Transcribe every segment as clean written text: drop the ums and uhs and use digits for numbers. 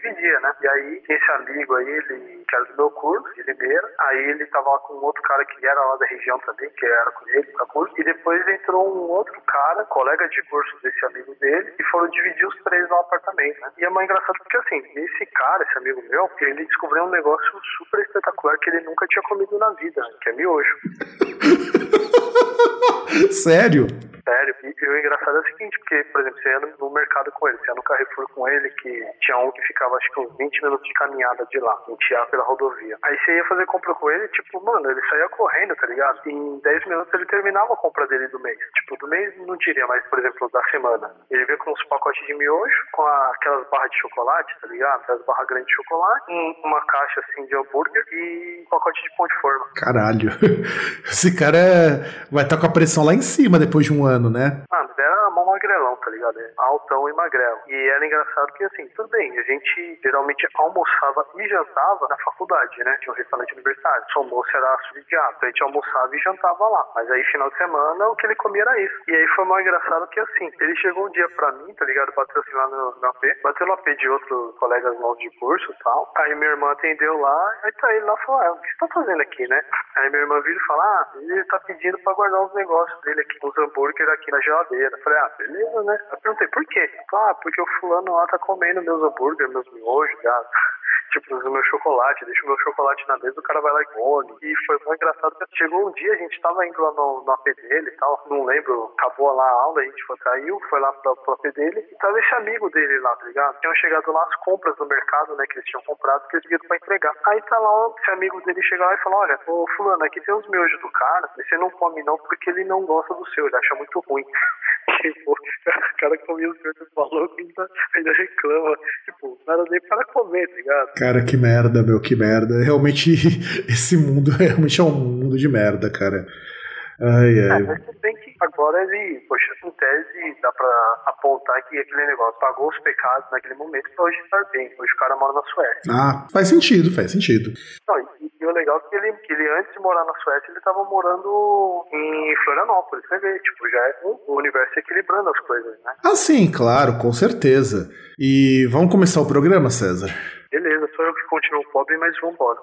dividia, né? E aí, esse amigo aí, ele, que era do meu curso, de Limeira, aí ele tava lá com um outro cara que era lá da região também, que era com ele, pra curso, e depois entrou um outro cara, colega de curso desse amigo dele, e foram dividir os três no apartamento, né? E é mais engraçado porque, assim, esse cara, esse amigo meu, ele descobriu um negócio super espetacular que ele nunca tinha comido na vida, né? Que é miojo. Sério? Sério, e o engraçado é o seguinte, porque, por exemplo, você ia no mercado com ele, você ia no Carrefour com ele, que tinha um que ficava, acho que uns 20 minutos de caminhada de lá, em Tiá, pela rodovia. Aí você ia fazer compra com ele, tipo, mano, ele saía correndo, tá ligado? E em 10 minutos ele terminava a compra dele do mês. Tipo, do mês não diria, mas, por exemplo, da semana. Ele veio com uns pacotes de miojo, com aquelas barras de chocolate, tá ligado? Aquelas barras grandes de chocolate, uma caixa, assim, de hambúrguer e um pacote de pão de forma. Caralho. Esse cara vai estar com a pressão lá em cima depois de um ano, né? Ah, mas era mó magrelão, tá ligado? Altão e magrelo. E era engraçado que, assim, tudo bem, a gente geralmente almoçava e jantava na faculdade, né? Tinha um restaurante universitário. O almoço era subsidiado. A gente almoçava e jantava lá. Mas aí, final de semana, o que ele comia era isso. E aí foi mais engraçado que, assim, ele chegou um dia pra mim, tá ligado? Bateu assim lá no AP. Bateu no AP de outros colegas novos de curso e tal. Aí minha irmã atendeu lá. Aí tá ele lá e falou, o que você tá fazendo aqui, né? Aí minha irmã vira e fala, ele tá pedindo pra guardar os negócios dele aqui, os hambúrguer aqui na geladeira. Eu falei, beleza, né? Eu perguntei, por quê? Porque o fulano lá tá comendo meus hambúrguer, meus miojos, já. Tipo, o meu chocolate, deixa o meu chocolate na mesa, o cara vai lá e come. E foi muito engraçado. Chegou um dia, a gente tava indo lá no AP dele e tal, não lembro, acabou lá a aula, a gente saiu, foi lá pro AP dele, e tava esse amigo dele lá, tá ligado? Tinham chegado lá as compras no mercado, né, que eles tinham comprado, que eles pediram pra entregar. Aí tá lá, esse amigo dele chega lá e fala, olha, ô fulano, aqui tem os miojos do cara, mas você não come não, porque ele não gosta do seu, ele acha muito ruim. Tipo, o cara comia os miojos do maluco e ainda reclama. Tipo, nada nem para comer, tá ligado? Cara, que merda, meu, que merda. Realmente, esse mundo realmente é um mundo de merda, cara. Ai. Mas tudo bem que agora ele, poxa, em tese dá pra apontar que aquele negócio pagou os pecados naquele momento pra hoje estar bem. Hoje o cara mora na Suécia. Ah, faz sentido. Não, e o legal é que ele antes de morar na Suécia, ele tava morando em Florianópolis, você vê, tipo, já é o universo equilibrando as coisas, né? Ah, sim, claro, com certeza. E vamos começar o programa, César? Beleza, sou eu que continuo pobre, mas vambora.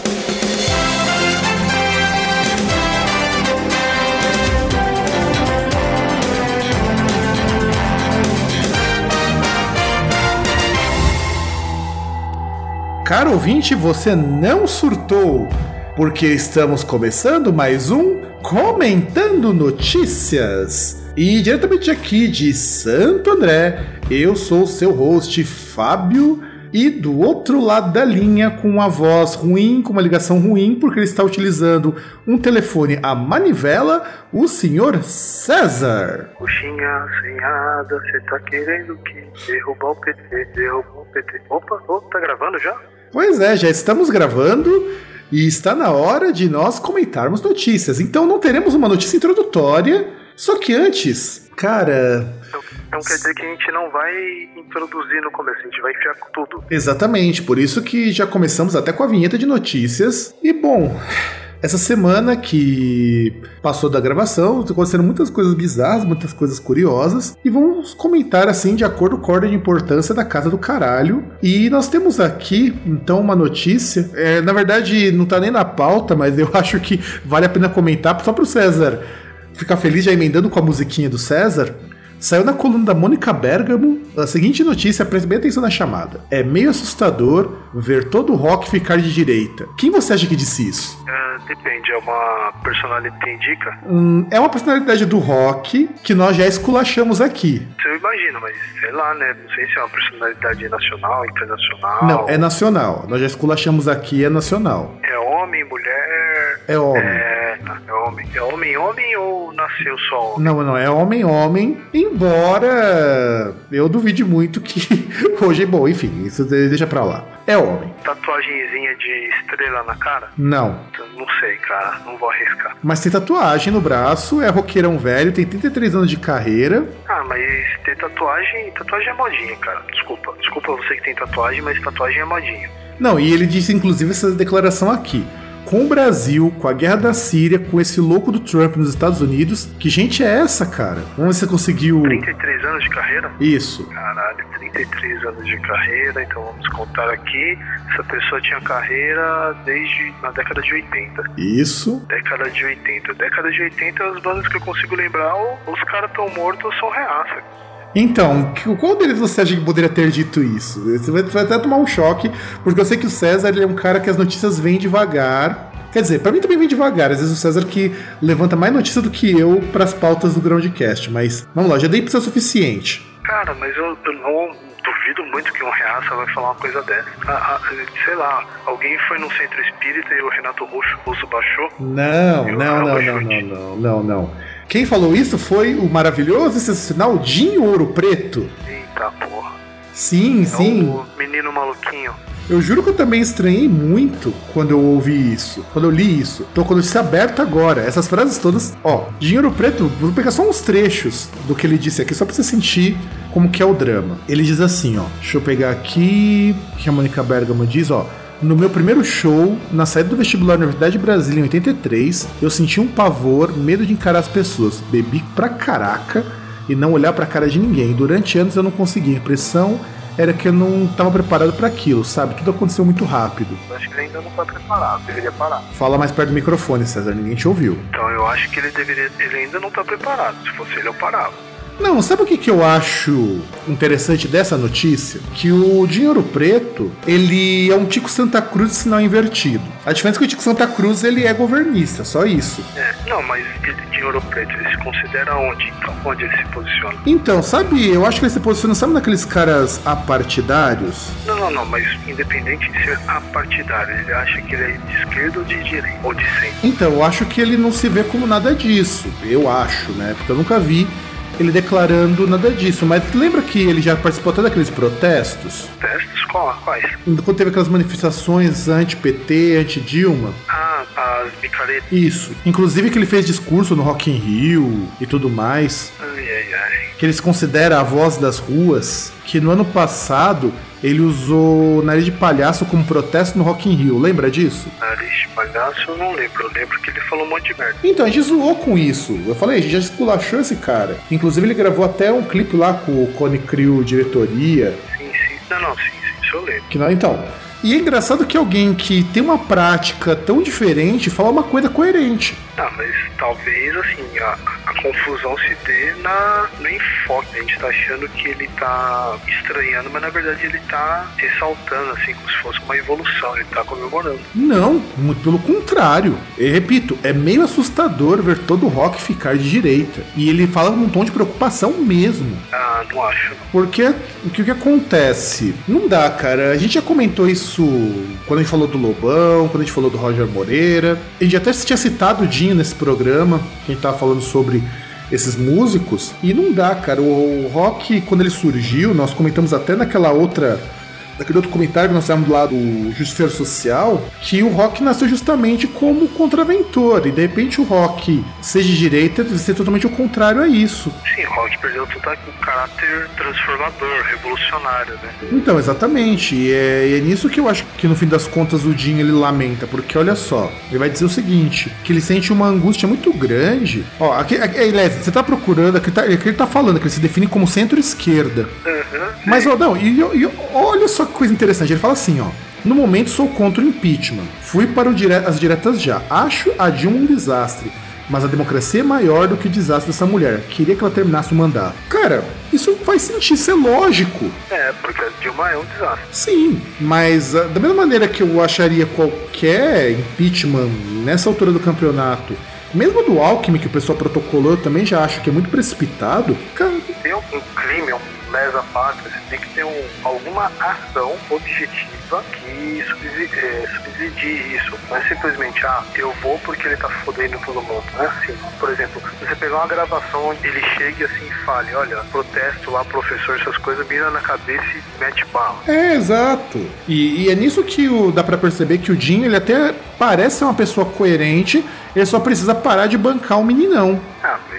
Caro ouvinte, você não surtou, porque estamos começando mais um Comentando Notícias. E diretamente aqui de Santo André, eu sou o seu host, Fábio, e do outro lado da linha, com uma voz ruim, com uma ligação ruim, porque ele está utilizando um telefone à manivela, o senhor César. Coxinha assanhada, você tá querendo que derrubar o PT. Opa, tá gravando já? Pois é, já estamos gravando e está na hora de nós comentarmos notícias. Então não teremos uma notícia introdutória, só que antes, cara... Então quer dizer que a gente não vai introduzir no começo, a gente vai enfiar com tudo. Exatamente, por isso que já começamos até com a vinheta de notícias. E bom... Essa semana que passou da gravação, aconteceram muitas coisas bizarras, muitas coisas curiosas, e vamos comentar assim de acordo com a ordem de importância da casa do caralho. E nós temos aqui, então, uma notícia, na verdade não tá nem na pauta, mas eu acho que vale a pena comentar, só pro César ficar feliz, já emendando com a musiquinha do César. Saiu na coluna da Mônica Bergamo a seguinte notícia, preste bem atenção na chamada. É meio assustador ver todo o rock ficar de direita. Quem você acha que disse isso? Depende, é uma personalidade que indica? É uma personalidade do rock que nós já esculachamos aqui. Eu imagino, mas sei lá, né? Não sei se é uma personalidade nacional, internacional. Não, é nacional. Nós já esculachamos aqui, é nacional. É homem, mulher... É homem. É homem. É homem ou nasceu só homem? Não, é homem. Embora eu duvide muito que hoje, bom, enfim, isso deixa pra lá. É homem. Tatuagenzinha de estrela na cara? Não. Não sei, cara. Não vou arriscar. Mas tem tatuagem no braço, é roqueirão velho, tem 33 anos de carreira. Ah, mas ter tatuagem é modinha, cara. Desculpa você que tem tatuagem, mas tatuagem é modinha. Não, e ele disse inclusive essa declaração aqui. com o Brasil, com a guerra da Síria, com esse louco do Trump nos Estados Unidos. Que gente é essa, cara? Vamos ver se você conseguiu... 33 anos de carreira? Isso. Caralho, 33 anos de carreira, então vamos contar aqui. Essa pessoa tinha carreira desde na década de 80. Isso. Década de 80. Década de 80, as bandas que eu consigo lembrar, os caras tão mortos, são reaça. Então, qual deles você acha que poderia ter dito isso? Você vai até tomar um choque, porque eu sei que o César ele é um cara que as notícias vêm devagar. Quer dizer, pra mim também vem devagar. Às vezes o César que levanta mais notícia do que eu pras pautas do Groundcast. Mas, vamos lá, já dei pra ser o suficiente. Cara, mas eu não duvido muito que um reaça vai falar uma coisa dessa. Sei lá, alguém foi num centro espírita e o Renato Russo baixou? Não. Quem falou isso foi o maravilhoso e sensacional Dinho Ouro Preto. Eita porra. Sim. O menino maluquinho. Eu juro que eu também estranhei muito quando eu ouvi isso, quando eu li isso. Tô com a notícia aberta agora. Essas frases todas, ó, Dinho Ouro Preto, vou pegar só uns trechos do que ele disse aqui, só pra você sentir como que é o drama. Ele diz assim, ó, deixa eu pegar aqui, que a Mônica Bergamo diz, ó. No meu primeiro show, na saída do vestibular na Universidade de Brasília em 83, eu senti um pavor, medo de encarar as pessoas. Bebi pra caraca e não olhar pra cara de ninguém. Durante anos eu não conseguia. A impressão era que eu não estava preparado para aquilo, sabe? Tudo aconteceu muito rápido. Eu acho que ele ainda não tá preparado, deveria parar. Fala mais perto do microfone, César, ninguém te ouviu. Então eu acho que ele ainda não tá preparado. Se fosse ele, eu parava. Não, sabe o que eu acho interessante dessa notícia? Que o Dinho Ouro Preto, ele é um Tico Santa Cruz de sinal invertido. A diferença é que o Tico Santa Cruz, ele é governista, só isso. Não, mas Dinho Ouro Preto, ele se considera onde, então? Onde ele se posiciona? Então, sabe, eu acho que ele se posiciona, sabe, naqueles caras apartidários? Não, mas independente de ser apartidário, ele acha que ele é de esquerda ou de direita, ou de centro? Então, eu acho que ele não se vê como nada disso, eu acho, né, porque eu nunca vi ele declarando nada disso, mas lembra que ele já participou até daqueles protestos? Protestos? Quais? Quando teve aquelas manifestações anti-PT, anti-Dilma. As micaretas. Isso. Inclusive que ele fez discurso no Rock in Rio e tudo mais. Ai. Que ele se considera a voz das ruas. Que no ano passado ele usou nariz de palhaço como protesto no Rock in Rio. Lembra disso? Nariz de palhaço eu não lembro. Eu lembro que ele falou um monte de merda. Então, a gente zoou com isso. Eu falei, a gente já esculachou esse cara. Inclusive ele gravou até um clipe lá com o Cone Crew Diretoria. Sim. Sim, isso eu lembro. Então... E é engraçado que alguém que tem uma prática tão diferente fala uma coisa coerente. Mas talvez, assim, a confusão se dê no enfoque. A gente tá achando que ele tá estranhando, mas na verdade ele tá ressaltando, assim, como se fosse uma evolução. Ele tá comemorando. Não, muito pelo contrário. Eu repito, é meio assustador ver todo o rock ficar de direita. E ele fala com um tom de preocupação mesmo. Não acho. Porque o que acontece? Não dá, cara. A gente já comentou isso quando a gente falou do Lobão, quando a gente falou do Roger Moreira. A gente até tinha citado o Dinho nesse programa, que a gente tava falando sobre esses músicos. E não dá, cara. O rock, quando ele surgiu, nós comentamos até naquele outro comentário que nós fizemos lá do Justiceiro Social, que o rock nasceu justamente como contraventor, e de repente o rock, seja de direita, deve ser totalmente o contrário a isso. Sim, o rock perdeu todo o caráter transformador, revolucionário, né? Então, exatamente, e é nisso que eu acho que no fim das contas o Dinho ele lamenta, porque olha só, ele vai dizer o seguinte, que ele sente uma angústia muito grande. Ó, aqui Leslie, você tá procurando, aqui ele tá falando que ele se define como centro-esquerda. Mas, ó, não, e olha só que coisa interessante, ele fala assim, ó: no momento sou contra o impeachment, fui para as diretas já, acho a Dilma um desastre, mas a democracia é maior do que o desastre dessa mulher, queria que ela terminasse o mandato. Cara, isso faz sentido, isso é lógico. Porque a Dilma é um desastre. Sim, mas da mesma maneira que eu acharia qualquer impeachment nessa altura do campeonato, mesmo do Alckmin, que o pessoal protocolou, eu também já acho que é muito precipitado. Cara, tem um crime, lesa pátria, você tem que ter alguma ação objetiva que subsidie isso. Não é simplesmente, eu vou porque ele tá fodendo todo mundo. Não é assim. Por exemplo, você pegar uma gravação onde ele chegue assim e fale, olha, protesto lá, professor, essas coisas, mira na cabeça e mete bala. É, exato. E é nisso que dá pra perceber que o Dinho, ele até parece ser uma pessoa coerente, ele só precisa parar de bancar o meninão. Mas é o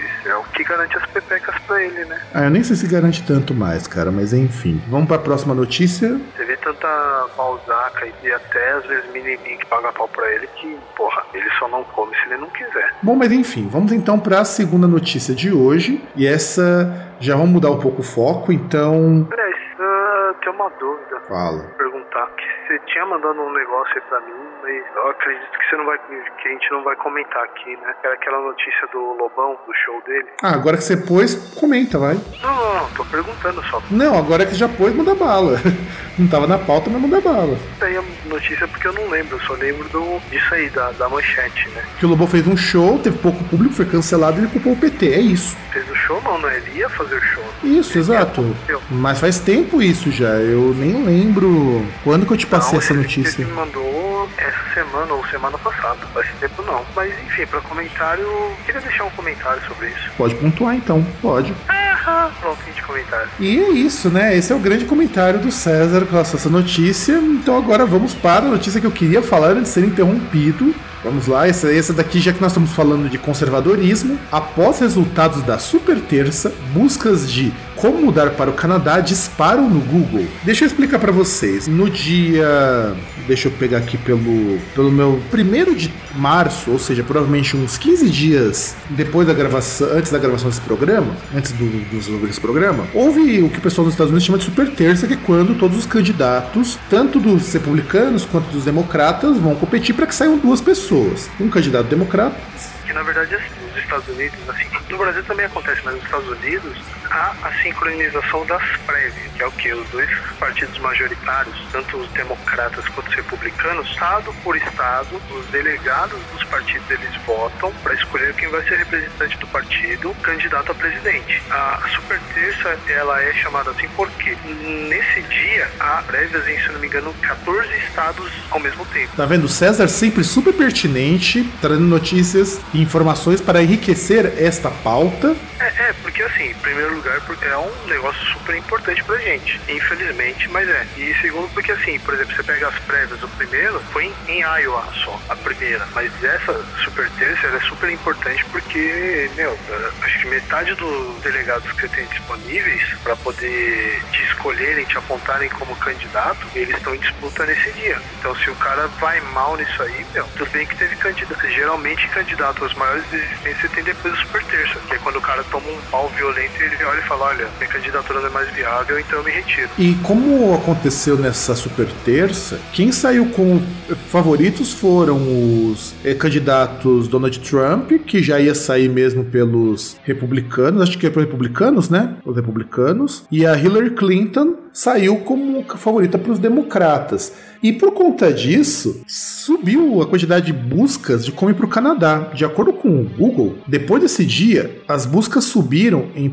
que garante as pepecas pra ele, né? Eu nem sei se garante tanto mais, cara, mas enfim. Vamos pra próxima notícia. Você vê tanta balzaca e até às vezes menininho que paga pau pra ele que, porra, ele só não come se ele não quiser. Bom, mas enfim, vamos então pra segunda notícia de hoje. E essa já vamos mudar um pouco o foco, então... Peraí, tem uma dúvida. Fala. Perguntar, que você tinha mandado um negócio aí pra mim, mas eu acredito que a gente não vai comentar aqui, né? Era aquela notícia do Lobão, do show dele. Agora que você pôs, comenta, vai. Não, tô perguntando só. Não, agora que já pôs, manda bala. Não tava na pauta, mas manda bala. Isso aí é notícia porque eu não lembro, eu só lembro disso aí, da manchete, né? Que o Lobão fez um show, teve pouco público, foi cancelado e ele culpou o PT, é isso. Fez o show não, ele ia fazer o show. Isso, exato. Mas faz tempo isso já, eu nem lembro quando que eu te passei essa notícia. Você me mandou essa semana ou semana passada, faz tempo não. Mas enfim, pra comentário, queria deixar um comentário sobre isso. Pode pontuar então, pode. Pronto, fim de comentário. E é isso, né? Esse é o grande comentário do César com essa notícia. Então agora vamos para a notícia que eu queria falar antes de ser interrompido. Vamos lá, essa daqui, já que nós estamos falando de conservadorismo. Após resultados da Super Terça, buscas de como mudar para o Canadá disparam no Google. Deixa eu explicar para vocês. No dia... Deixa eu pegar aqui pelo meu 1º de março, ou seja, provavelmente uns 15 dias depois da gravação, antes da gravação desse programa, antes do desenvolvimento desse programa, houve o que o pessoal dos Estados Unidos chama de Super Terça, que é quando todos os candidatos, tanto dos republicanos quanto dos democratas, vão competir para que saiam 2 pessoas. Um candidato democrata. Que na verdade nos Estados Unidos, assim, no Brasil também acontece, mas nos Estados Unidos há a sincronização das prévias, que é o que? Os 2 partidos majoritários, tanto os democratas quanto os republicanos, estado por estado, os delegados dos partidos eles votam para escolher quem vai ser representante do partido, candidato a presidente. A Super Terça, ela é chamada assim porque nesse dia há prévias em, se não me engano, 14 estados ao mesmo tempo. Tá vendo? César sempre super pertinente, trazendo notícias e informações para enriquecer esta pauta. Porque assim, em primeiro lugar, porque é um negócio super importante pra gente, infelizmente, mas é. E segundo, porque assim, por exemplo, você pega as prévias, o primeiro foi em Iowa só, a primeira, mas essa Super Terça, ela é super importante porque, acho que metade dos delegados que você tem disponíveis pra poder te escolherem, te apontarem como candidato, eles estão em disputa nesse dia. Então, se o cara vai mal nisso aí, tudo bem que teve candidato. Geralmente, candidato aos maiores desistências tem depois da Super Terça, que é quando o cara toma um pau violento e ele olha e fala, olha, minha candidatura não é mais viável, então eu me retiro. E como aconteceu nessa Super Terça, quem saiu como favoritos foram os candidatos Donald Trump, que já ia sair mesmo pelos republicanos, acho que é pelos republicanos, né? Os republicanos. E a Hillary Clinton saiu como favorita para os democratas. E por conta disso, subiu a quantidade de buscas de como ir para o Canadá. De acordo com o Google, depois desse dia, as buscas subiram em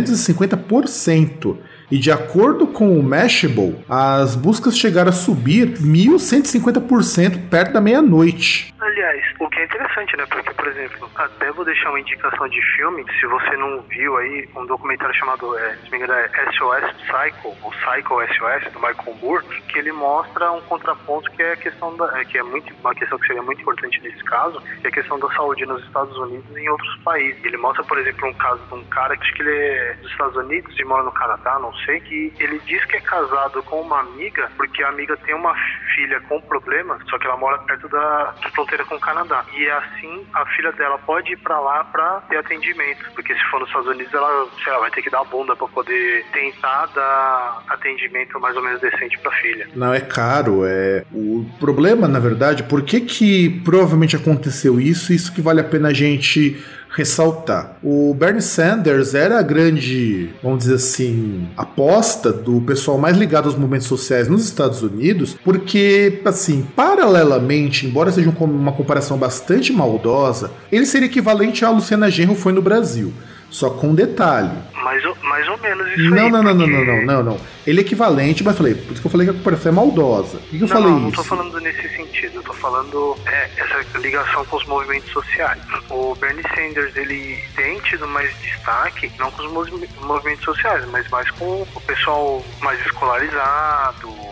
350%. E de acordo com o Mashable, as buscas chegaram a subir 1.150% perto da meia-noite. Aliás, o que é interessante, né? Porque, por exemplo, até vou deixar uma indicação de filme, se você não viu aí, um documentário chamado, se me engano, é SOS Psycho, ou Psycho SOS, do Michael Moore, que ele mostra um contraponto que é a questão que é uma questão que seria muito importante nesse caso, que é a questão da saúde nos Estados Unidos e em outros países. Ele mostra, por exemplo, um caso de um cara que acho que ele é dos Estados Unidos e mora no Canadá, não sei, que ele diz que é casado com uma amiga, porque a amiga tem uma filha com problema, só que ela mora perto da fronteira com o Canadá. E assim, a filha dela pode ir pra lá pra ter atendimento, porque se for nos Estados Unidos, ela, sei lá, vai ter que dar a bunda pra poder tentar dar atendimento mais ou menos decente pra filha. Não, é caro, o problema, na verdade, por que provavelmente aconteceu isso que vale a pena a gente ressaltar. O Bernie Sanders era a grande, vamos dizer assim, aposta do pessoal mais ligado aos movimentos sociais nos Estados Unidos, porque, assim, paralelamente, embora seja uma comparação bastante maldosa, ele seria equivalente à Luciana Genro foi no Brasil. Só com um detalhe. Mais ou menos isso não, aí. Não. Ele é equivalente, mas por isso que eu falei que a comparação é maldosa. Por que eu falei isso? Não tô falando nesse sentido. Eu tô falando essa ligação com os movimentos sociais. O Bernie Sanders, ele tem tido mais destaque, não com os movimentos sociais, mas mais com o pessoal mais escolarizado,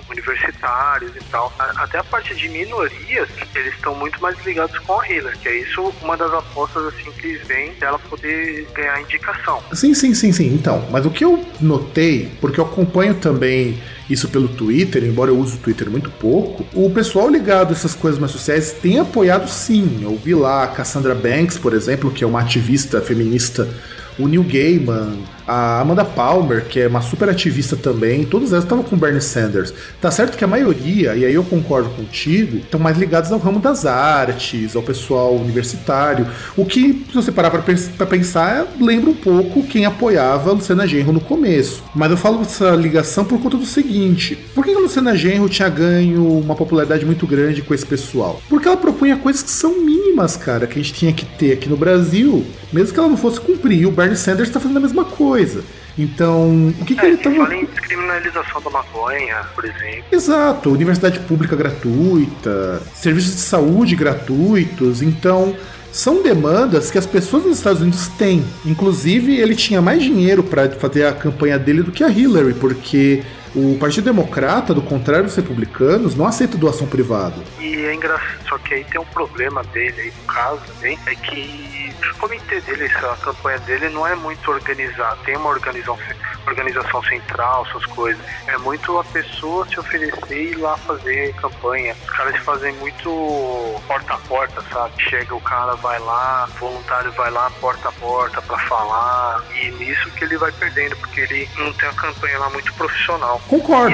universitários e tal. Até a parte de minorias, eles estão muito mais ligados com a Hillary, que é isso uma das apostas assim que eles veem dela poder ganhar indicação. Sim. Então, mas o que eu notei, porque eu acompanho também isso pelo Twitter, embora eu use o Twitter muito pouco, o pessoal ligado a essas coisas mais sociais tem apoiado sim. Eu vi lá a Cassandra Banks, por exemplo, que é uma ativista feminista, o Neil Gaiman, a Amanda Palmer, que é uma super ativista também, todas elas estavam com o Bernie Sanders. Tá certo que a maioria, e aí eu concordo contigo, estão mais ligados ao ramo das artes, ao pessoal universitário, o que, se você parar pra pensar, lembra um pouco quem apoiava a Luciana Genro no começo. Mas eu falo dessa ligação por conta do seguinte: por que a Luciana Genro tinha ganho uma popularidade muito grande com esse pessoal? Porque ela propunha coisas que são mínimas, cara, que a gente tinha que ter aqui no Brasil, mesmo que ela não fosse cumprir. O Bernie Sanders está fazendo a mesma coisa. Então, o que ele estava... Fala em descriminalização da maconha, por exemplo. Exato, universidade pública gratuita, serviços de saúde gratuitos. Então, são demandas que as pessoas nos Estados Unidos têm. Inclusive, ele tinha mais dinheiro para fazer a campanha dele do que a Hillary, porque o Partido Democrata, do contrário dos republicanos, não aceita doação privada. E é engraçado, só que aí tem um problema dele aí, no caso, hein, é que o comitê dele, a campanha dele não é muito organizada, tem uma organização central, essas coisas. É muito a pessoa se oferecer e ir lá fazer campanha. Os caras fazem muito porta a porta, sabe? Chega o cara, vai lá, voluntário vai lá porta a porta pra falar, e nisso que ele vai perdendo, porque ele não tem a campanha lá muito profissional. Concordo.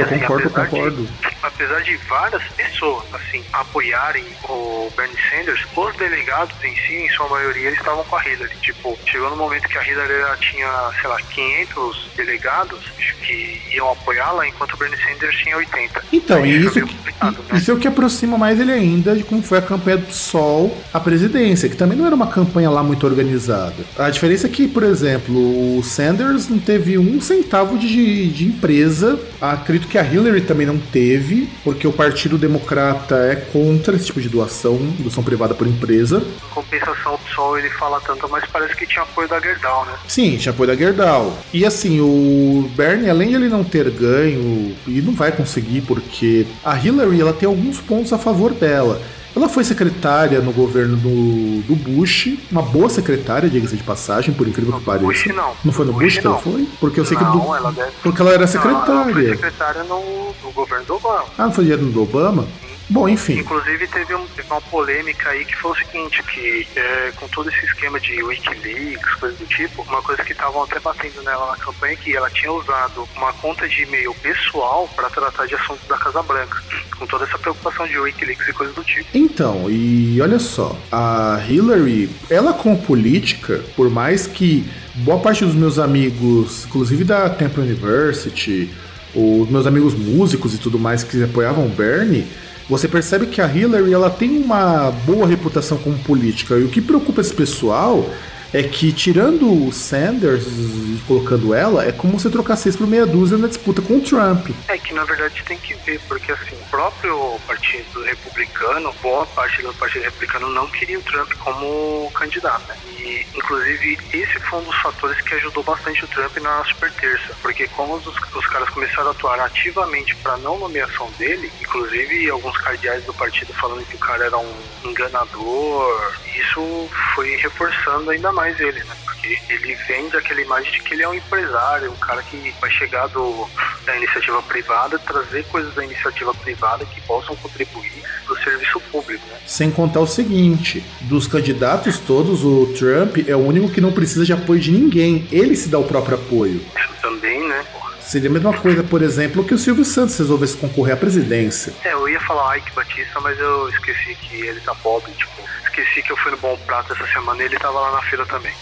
Apesar de várias pessoas, assim, apoiarem o Bernie Sanders, os delegados em si, em sua maioria, eles estavam com a Hillary. Tipo, chegou no momento que a Hillary tinha, sei lá, 500 delegados que iam apoiá-la, enquanto o Bernie Sanders tinha 80. Então, isso é o que aproxima mais ele ainda de como foi a campanha do PSOL à presidência, que também não era uma campanha lá muito organizada. A diferença é que, por exemplo, o Sanders não teve um centavo de empresa. Acredito que a Hillary também não teve, porque o Partido Democrata é contra esse tipo de doação privada por empresa. Em compensação, o PSOL ele fala tanto, mas parece que tinha apoio da Gerdau, né? Sim, tinha apoio da Gerdau. E assim, o Bernie, além de ele não ter ganho, e não vai conseguir, porque a Hillary, ela tem alguns pontos a favor dela. Ela foi secretária no governo do Bush, uma boa secretária, diga-se de passagem, por incrível que pareça. Bush não. Não foi no Bush que ela foi? Porque eu sei que ela deve... porque ela era secretária. Ela foi secretária no governo do Obama. Ah, não foi direto no do Obama? Bom, enfim. Inclusive teve uma polêmica aí que foi o seguinte, que com todo esse esquema de Wikileaks, coisas do tipo, uma coisa que estavam até batendo nela na campanha é que ela tinha usado uma conta de e-mail pessoal para tratar de assuntos da Casa Branca, com toda essa preocupação de Wikileaks e coisas do tipo. Então, e olha só, a Hillary, ela com política, por mais que boa parte dos meus amigos, inclusive da Temple University, os meus amigos músicos e tudo mais que apoiavam o Bernie, você percebe que a Hillary, ela tem uma boa reputação como política. E o que preocupa esse pessoal é que, tirando o Sanders e colocando ela, é como você trocar 6 por meia dúzia na disputa com o Trump. É que, na verdade, tem que ver, porque, assim, o próprio Partido Republicano, boa parte do Partido Republicano não queria o Trump como candidato, né? E, inclusive, esse foi um dos fatores que ajudou bastante o Trump na super terça, porque como os caras começaram a atuar ativamente para não nomeação dele, inclusive alguns cardeais do partido falando que o cara era um enganador, isso foi reforçando ainda mais ele, né? Porque ele vende aquela imagem de que ele é um empresário, um cara que vai chegar da iniciativa privada, trazer coisas da iniciativa privada que possam contribuir para o serviço público, né? Sem contar o seguinte, dos candidatos todos, o Trump é o único que não precisa de apoio de ninguém, ele se dá o próprio apoio. Também, né? Seria a mesma coisa, por exemplo, que o Silvio Santos resolvesse concorrer à presidência. Eu ia falar Ike Batista, mas eu esqueci que ele tá pobre, tipo, esqueci que eu fui no Bom Prato essa semana e ele tava lá na fila também.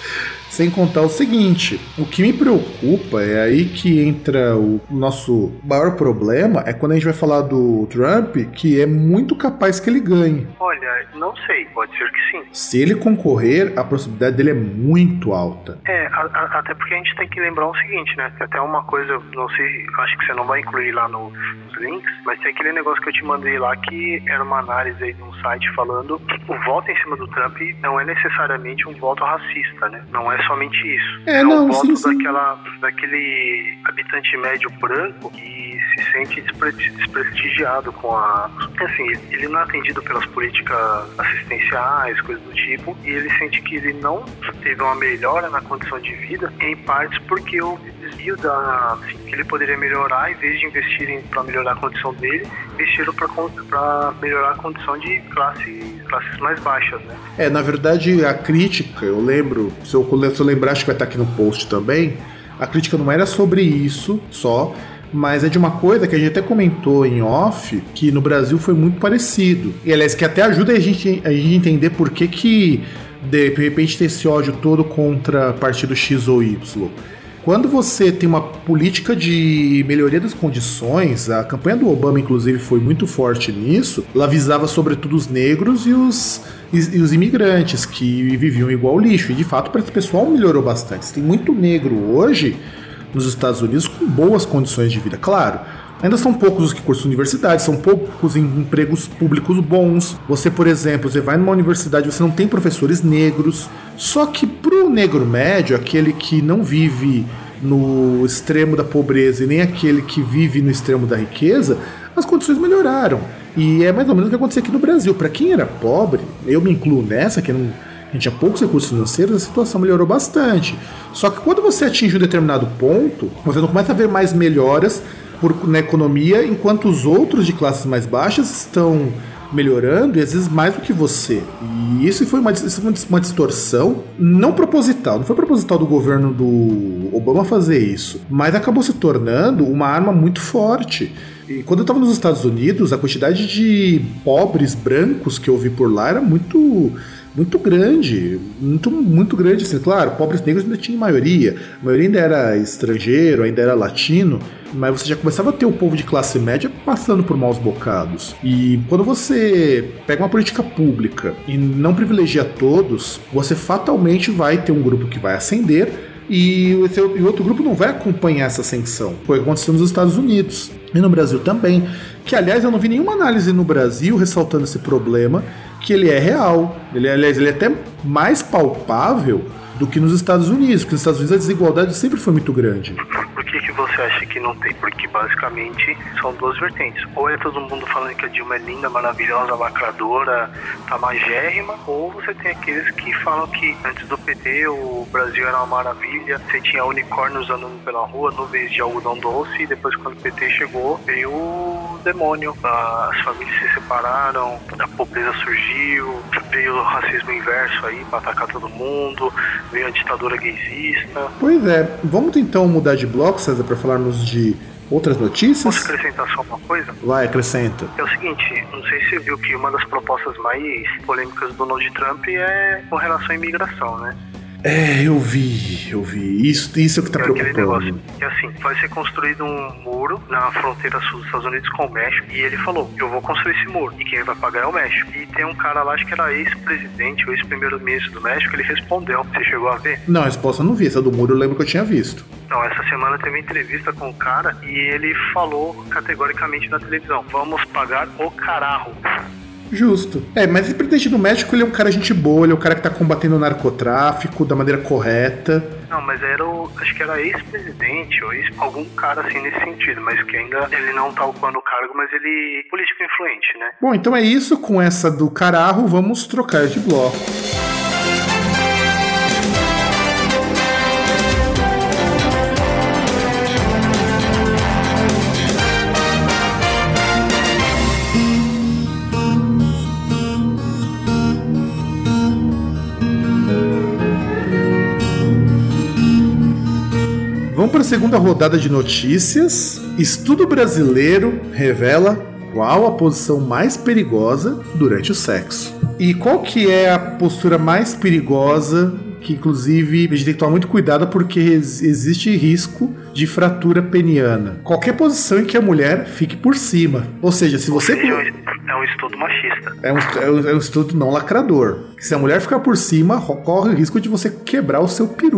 Sem contar o seguinte, o que me preocupa é aí que entra o nosso maior problema, é quando a gente vai falar do Trump, que é muito capaz que ele ganhe. Olha, não sei, pode ser que sim. Se ele concorrer, a possibilidade dele é muito alta. Até porque a gente tem que lembrar o seguinte, né? Até uma coisa, não sei, acho que você não vai incluir lá nos links, mas tem aquele negócio que eu te mandei lá que era uma análise aí de um site falando que o voto em cima do Trump não é necessariamente um voto racista, né? Não é somente isso. Um voto daquele habitante médio branco que se sente desprestigiado com a... Assim, ele não é atendido pelas políticas assistenciais, coisas do tipo, e ele sente que ele não teve uma melhora na condição de vida, em partes porque houve desvio assim, que ele poderia melhorar, em vez de investirem para melhorar a condição dele, investiram para melhorar a condição de classes mais baixas, né? Na verdade, a crítica, eu lembro, se eu lembrar, acho que vai estar aqui no post também, a crítica não era sobre isso só, mas é de uma coisa que a gente até comentou em off, que no Brasil foi muito parecido. E, aliás, que até ajuda a gente entender por que de repente tem esse ódio todo contra partido X ou Y. Quando você tem uma política de melhoria das condições, a campanha do Obama, inclusive, foi muito forte nisso, ela visava sobretudo os negros e os imigrantes, que viviam igual lixo. E, de fato, para esse pessoal melhorou bastante. Tem muito negro hoje nos Estados Unidos com boas condições de vida. Claro, ainda são poucos os que cursam universidade, são poucos em empregos públicos bons. Você, por exemplo, você vai numa universidade, você não tem professores negros. Só que pro negro médio, aquele que não vive no extremo da pobreza e nem aquele que vive no extremo da riqueza, as condições melhoraram. E é mais ou menos o que aconteceu aqui no Brasil. Para quem era pobre, eu me incluo nessa, que a gente tinha poucos recursos financeiros, a situação melhorou bastante. Só que quando você atinge um determinado ponto, você não começa a ver mais melhoras na economia, enquanto os outros de classes mais baixas estão melhorando, e às vezes mais do que você. E isso foi uma distorção não proposital. Não foi proposital do governo do Obama fazer isso, mas acabou se tornando uma arma muito forte. E quando eu estava nos Estados Unidos, a quantidade de pobres brancos que eu vi por lá era muito grande, muito grande, assim. Claro, pobres negros ainda tinha maioria, a maioria ainda era estrangeiro, ainda era latino, mas você já começava a ter o povo de classe média passando por maus bocados. E quando você pega uma política pública e não privilegia todos, você fatalmente vai ter um grupo que vai ascender e o outro grupo não vai acompanhar essa ascensão. Foi o que aconteceu nos Estados Unidos e no Brasil também, que aliás eu não vi nenhuma análise no Brasil ressaltando esse problema, que ele é real. Ele é até mais palpável do que nos Estados Unidos, porque nos Estados Unidos a desigualdade sempre foi muito grande. Por que você acha que não tem? Porque basicamente são duas vertentes. Ou é todo mundo falando que a Dilma é linda, maravilhosa, lacradora, tá magérrima, ou você tem aqueles que falam que antes do PT o Brasil era uma maravilha, você tinha unicórnios andando pela rua, nuvens de algodão doce, e depois quando o PT chegou, veio o demônio, as famílias se separaram, a pobreza surgiu, veio o racismo inverso aí pra atacar todo mundo, veio a ditadura gaysista. Pois é, vamos então mudar de bloco, César, para falarmos de outras notícias? Posso acrescentar só uma coisa? Vai, acrescenta. É o seguinte, não sei se você viu que uma das propostas mais polêmicas do Donald Trump é com relação à imigração, né? Eu vi. Isso é o que tá preocupando. Aquele negócio que assim, vai ser construído um muro na fronteira sul dos Estados Unidos com o México, e ele falou, eu vou construir esse muro, e quem vai pagar é o México. E tem um cara lá, acho que era ex-presidente ou ex-primeiro-ministro do México, ele respondeu. Você chegou a ver? Não, a resposta eu não vi, essa do muro eu lembro que eu tinha visto. Então, essa semana teve uma entrevista com o cara, e ele falou categoricamente na televisão, vamos pagar o carajo. Justo. Mas o presidente do México, ele é um cara gente boa, ele é um cara que tá combatendo o narcotráfico da maneira correta. Não, mas acho que era ex-presidente ou algum cara assim nesse sentido, mas que ainda ele não tá ocupando o cargo, mas ele político influente, né? Bom, então é isso, com essa do carajo, vamos trocar de bloco. Vamos para a segunda rodada de notícias. Estudo brasileiro revela qual a posição mais perigosa durante o sexo. E qual que é a postura mais perigosa, que inclusive a gente tem que tomar muito cuidado porque existe risco de fratura peniana. Qualquer posição em que a mulher fique por cima. Ou seja, se você... É um estudo machista. É um estudo não lacrador. Se a mulher ficar por cima, corre o risco de você quebrar o seu peru.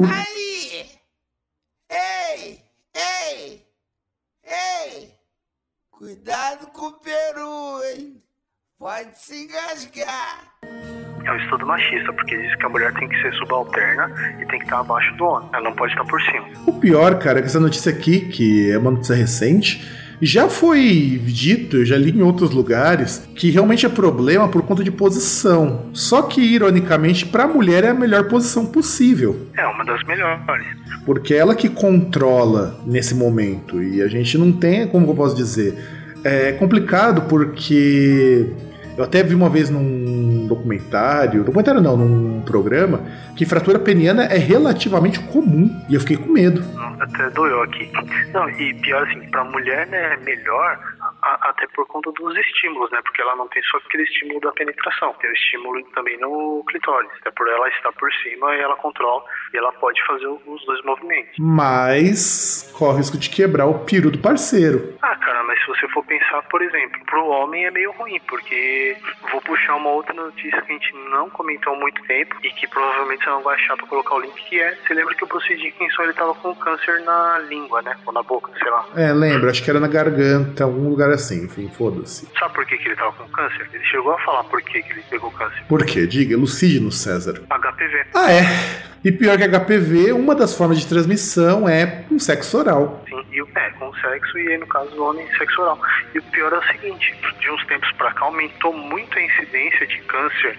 Cuidado com o peru, hein? Pode se engasgar. É um estudo machista, porque diz que a mulher tem que ser subalterna e tem que estar abaixo do homem. Ela não pode estar por cima. O pior, cara, é que essa notícia aqui, que é uma notícia recente, Já foi dito, eu já li em outros lugares, que realmente é problema por conta de posição. Só que, ironicamente, para a mulher é a melhor posição possível. É uma das melhores. Porque é ela que controla nesse momento. E a gente não tem, como eu posso dizer, é complicado porque eu até vi uma vez num documentário não, num programa, que fratura peniana é relativamente comum. E eu fiquei com medo. Até doeu aqui. Não, e pior assim, pra mulher, né, é melhor até por conta dos estímulos, né? Porque ela não tem só aquele estímulo da penetração, tem o estímulo também no clitóris. É por ela estar por cima e ela controla, e ela pode fazer os dois movimentos. Mas corre o risco de quebrar o peru do parceiro. Ah, cara, mas se você for pensar, por exemplo, pro homem é meio ruim, porque vou puxar uma outra notícia que a gente não comentou há muito tempo e que provavelmente você não vai achar pra colocar o link, que é, você lembra que o Bruce Dickinson, ele tava com câncer na língua, né? Ou na boca, sei lá. Lembro, acho que era na garganta, algum lugar assim, enfim, foda-se. Sabe por que ele tava com câncer? Ele chegou a falar por que ele pegou câncer. Por quê? Diga, elucide-nos, César. HPV. Ah, é? E pior que HPV, uma das formas de transmissão é com sexo oral. Sim, com sexo, e aí no caso do homem, sexo oral. E o pior é o seguinte, de uns tempos pra cá aumentou muito a incidência de câncer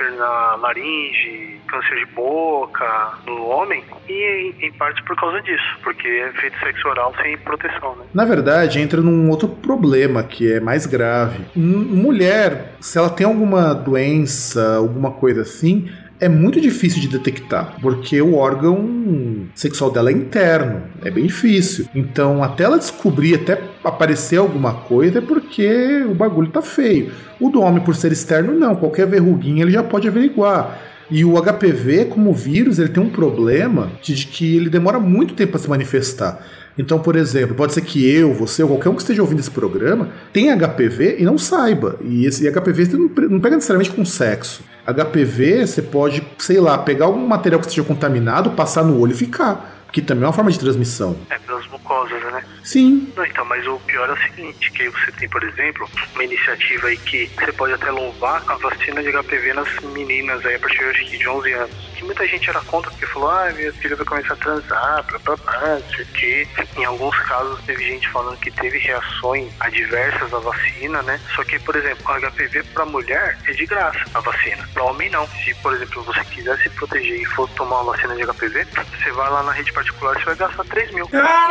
na laringe, câncer de boca no homem, e em parte por causa disso, porque é feito sexo oral sem proteção, né? Na verdade, entra num outro problema que é mais grave. Mulher, se ela tem alguma doença, alguma coisa assim, é muito difícil de detectar, porque o órgão sexual dela é interno, é bem difícil. Então, até ela descobrir, até aparecer alguma coisa, é porque o bagulho tá feio. O do homem, por ser externo, não. Qualquer verruguinha ele já pode averiguar. E o HPV, como vírus, ele tem um problema de que ele demora muito tempo para se manifestar. Então, por exemplo, pode ser que eu, você ou qualquer um que esteja ouvindo esse programa tenha HPV e não saiba. E esse HPV você não pega necessariamente com sexo. HPV, você pode, sei lá, pegar algum material que esteja contaminado, passar no olho e ficar. Que também é uma forma de transmissão. É, pelas mucosas, né? Sim. Não, então, mas o pior é o seguinte, que aí você tem, por exemplo, uma iniciativa aí que você pode até louvar a vacina de HPV nas meninas aí a partir de 11 anos. Que muita gente era contra, porque falou, minha filha vai começar a transar, não sei o quê. Em alguns casos teve gente falando que teve reações adversas à vacina, né? Só que, por exemplo, a HPV pra mulher é de graça, a vacina. Pra homem não. Se, por exemplo, você quiser se proteger e for tomar uma vacina de HPV, você vai lá na rede particular, você vai gastar 3 mil.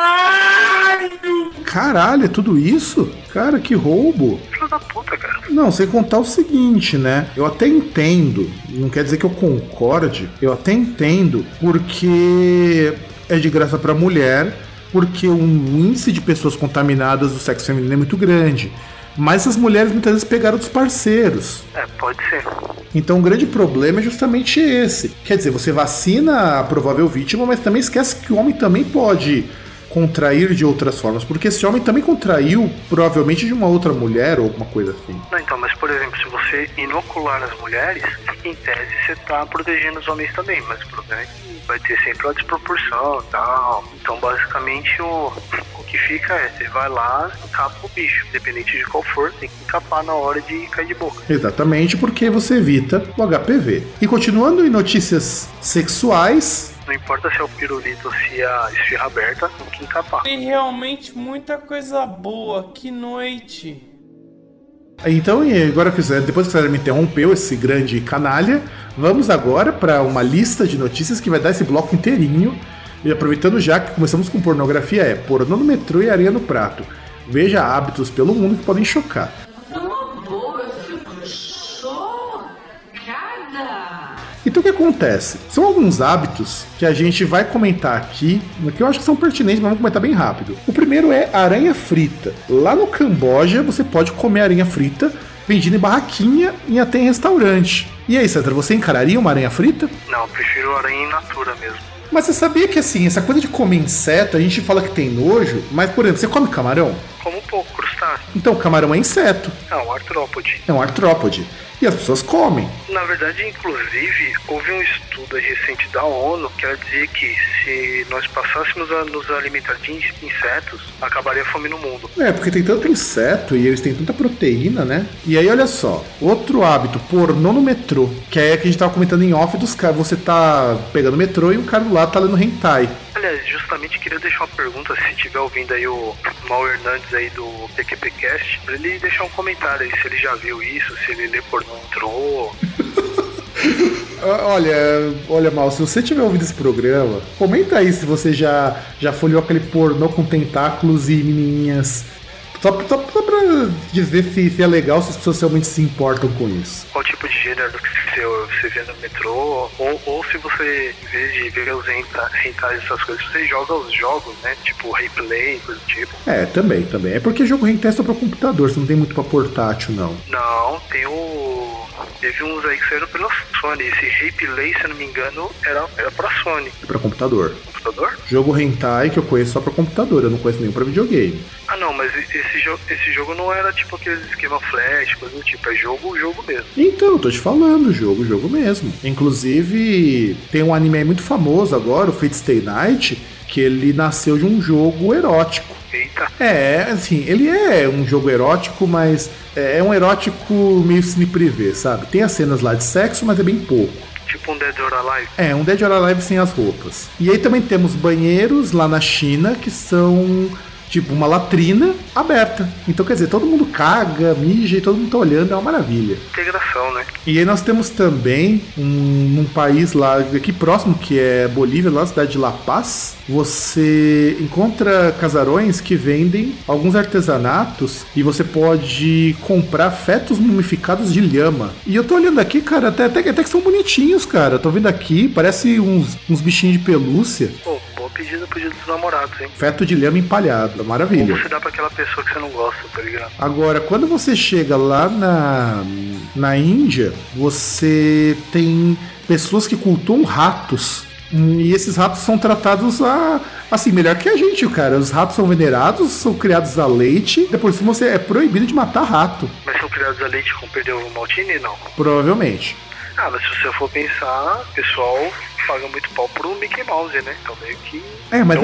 Caralho, é tudo isso? Cara, que roubo. Filho da puta, cara. Não, sem contar o seguinte, né? Eu até entendo, não quer dizer que eu concorde, eu até entendo porque é de graça pra mulher, porque o índice de pessoas contaminadas do sexo feminino é muito grande. Mas as mulheres muitas vezes pegaram dos parceiros. Pode ser. Então o grande problema é justamente esse. Quer dizer, você vacina a provável vítima, mas também esquece que o homem também pode contrair de outras formas, porque esse homem também contraiu provavelmente de uma outra mulher ou alguma coisa assim. Não, então, mas por exemplo, se você inocular as mulheres, em tese você está protegendo os homens também, mas o problema é que vai ter sempre uma desproporção e tal. Então basicamente o que fica é, você vai lá e encapa o bicho, independente de qual for, tem que encapar na hora de cair de boca. Exatamente, porque você evita o HPV. E continuando em notícias sexuais, não importa se é o pirulito ou se é a esfirra aberta, tem que encapar. Tem realmente muita coisa boa, que noite. Então, e agora depois que você me interrompeu, esse grande canalha, vamos agora para uma lista de notícias que vai dar esse bloco inteirinho. E aproveitando já que começamos com pornografia, pornô no metrô e areia no prato. Veja hábitos pelo mundo que podem chocar. Então o que acontece? São alguns hábitos que a gente vai comentar aqui, que eu acho que são pertinentes, mas vamos comentar bem rápido. O primeiro é aranha frita. Lá no Camboja você pode comer aranha frita vendida em barraquinha e até em restaurante. E aí, César, você encararia uma aranha frita? Não, eu prefiro aranha in natura mesmo. Mas você sabia que assim, essa coisa de comer inseto, a gente fala que tem nojo, mas por exemplo, você come camarão? Como um pouco, crustáceo. Então, camarão é inseto. É um artrópode. É um artrópode. E as pessoas comem. Na verdade, inclusive, houve um estudo recente da ONU que ela dizia que se nós passássemos a nos alimentar de insetos, acabaria a fome no mundo. É, porque tem tanto inseto e eles têm tanta proteína, né? E aí, olha só, outro hábito, pornô no metrô, que é que a gente tava comentando em off dos caras. Você tá pegando o metrô e o cara do lado tá lendo hentai. Aliás, justamente queria deixar uma pergunta, se estiver ouvindo aí o Mal Hernandes aí do PQPcast, pra ele deixar um comentário aí, se ele já viu isso, se ele lê pornô no metrô. Olha, Mal, se você tiver ouvido esse programa, comenta aí se você já folheou aquele pornô com tentáculos e menininhas. Só pra dizer se é legal, se as pessoas realmente se importam com isso. Qual tipo de gênero que você vê no metrô, ou se você, em vez de ver os hentais, essas coisas, você joga os jogos, né? Tipo replay, coisa do tipo. É, também. É porque jogo hentai é só pra computador, você não tem muito pra portátil, não. Não, teve uns aí que saíram pela Sony. Esse replay, se eu não me engano, era pra Sony. É pra computador. Computador? Jogo hentai que eu conheço só pra computador, eu não conheço nenhum pra videogame. Ah não, mas esse jogo não era tipo aqueles esquema flash, coisa do tipo, é jogo mesmo. Então, eu tô te falando, jogo mesmo. Inclusive, tem um anime aí muito famoso agora, o Fate Stay Night, que ele nasceu de um jogo erótico. Eita. É, assim, ele é um jogo erótico, mas é um erótico meio cine privê, sabe? Tem as cenas lá de sexo, mas é bem pouco. Tipo um Dead or Alive. É, um Dead or Alive sem as roupas. E aí também temos banheiros lá na China que são tipo uma latrina aberta. Então, quer dizer, todo mundo caga, mija e todo mundo tá olhando, é uma maravilha. Integração, né? E aí nós temos também um país lá aqui próximo, que é Bolívia, lá na cidade de La Paz. Você encontra casarões que vendem alguns artesanatos e você pode comprar fetos mumificados de lhama. E eu tô olhando aqui, cara, até que são bonitinhos, cara. Eu tô vendo aqui, parece uns bichinhos de pelúcia. Pô, boa pedida dos namorados, hein? Feto de lhama empalhado, maravilha. Ou você dá pra aquela pessoa que você não gosta, tá ligado? Agora, quando você chega lá na Índia, você tem pessoas que cultuam ratos. E esses ratos são tratados assim, melhor que a gente, cara. Os ratos são venerados, são criados a leite. Depois você é proibido de matar rato. Mas são criados a leite com perdeu o Maltini, não? Provavelmente. Ah, mas se você for pensar, o pessoal paga muito pau pro Mickey Mouse, né? Então meio que... Mas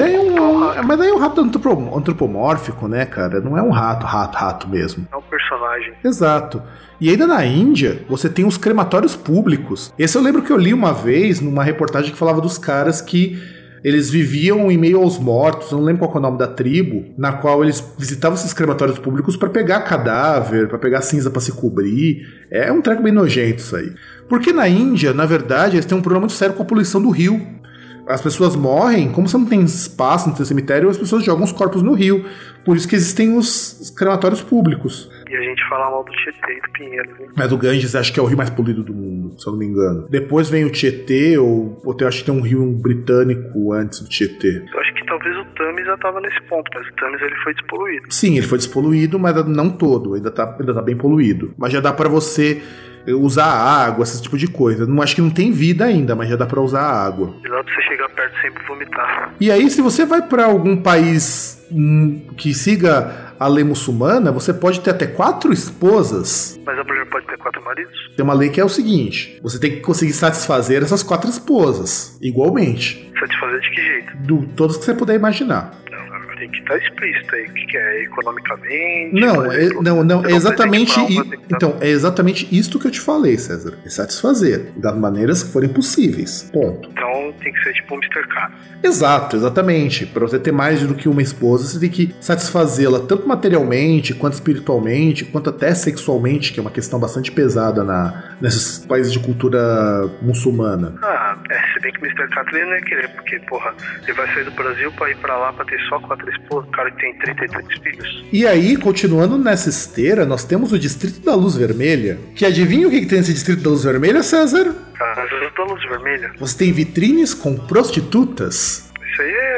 daí é um rato antropomórfico, né, cara? Não é um rato mesmo. É um personagem. Exato. E ainda na Índia, você tem os crematórios públicos. Esse eu lembro que eu li uma vez numa reportagem que falava dos caras que eles viviam em meio aos mortos, eu não lembro qual é o nome da tribo, na qual eles visitavam esses crematórios públicos para pegar cadáver, para pegar cinza para se cobrir. É um treco bem nojento isso aí. Porque na Índia, na verdade, eles têm um problema muito sério com a poluição do rio. As pessoas morrem, como você não tem espaço no seu cemitério, as pessoas jogam os corpos no rio. Por isso que existem os crematórios públicos. E a gente fala mal do Tietê e do Pinheiros, hein? Mas o Ganges acho que é o rio mais poluído do mundo, se eu não me engano. Depois vem o Tietê, ou eu acho que tem um rio britânico antes do Tietê. Eu acho que talvez o Thames já tava nesse ponto, mas o Thames ele foi despoluído. Sim, ele foi despoluído, mas não todo, ainda tá bem poluído. Mas já dá pra você usar água, esse tipo de coisa. Não acho que não tem vida ainda, mas já dá pra usar água. De lá pra você chegar perto sempre vomitar. E aí, se você vai pra algum país que siga a lei muçulmana, você pode ter até 4 esposas. Mas a mulher pode ter 4 maridos? Tem uma lei que é o seguinte: você tem que conseguir satisfazer essas 4 esposas, igualmente. Satisfazer de que jeito? Todos que você puder imaginar. Tem que estar explícito aí, o que é economicamente. Não, é exatamente então, é exatamente isto que eu te falei, César. É satisfazer, das maneiras que forem possíveis. Ponto. Então tem que ser tipo um Mr. K. Exato, exatamente. Para você ter mais do que uma esposa, você tem que satisfazê-la tanto materialmente, quanto espiritualmente, quanto até sexualmente, que é uma questão bastante pesada nesses países de cultura muçulmana. Se bem que o Mr. K ele não ia querer, porque, porra, ele vai sair do Brasil pra ir pra lá pra ter só 4 esposas, o cara que tem 33 filhos. E aí, continuando nessa esteira, nós temos o Distrito da Luz Vermelha, que adivinha o que tem nesse Distrito da Luz Vermelha, César? Casa da Luz Vermelha. Você tem vitrines com prostitutas. Isso aí é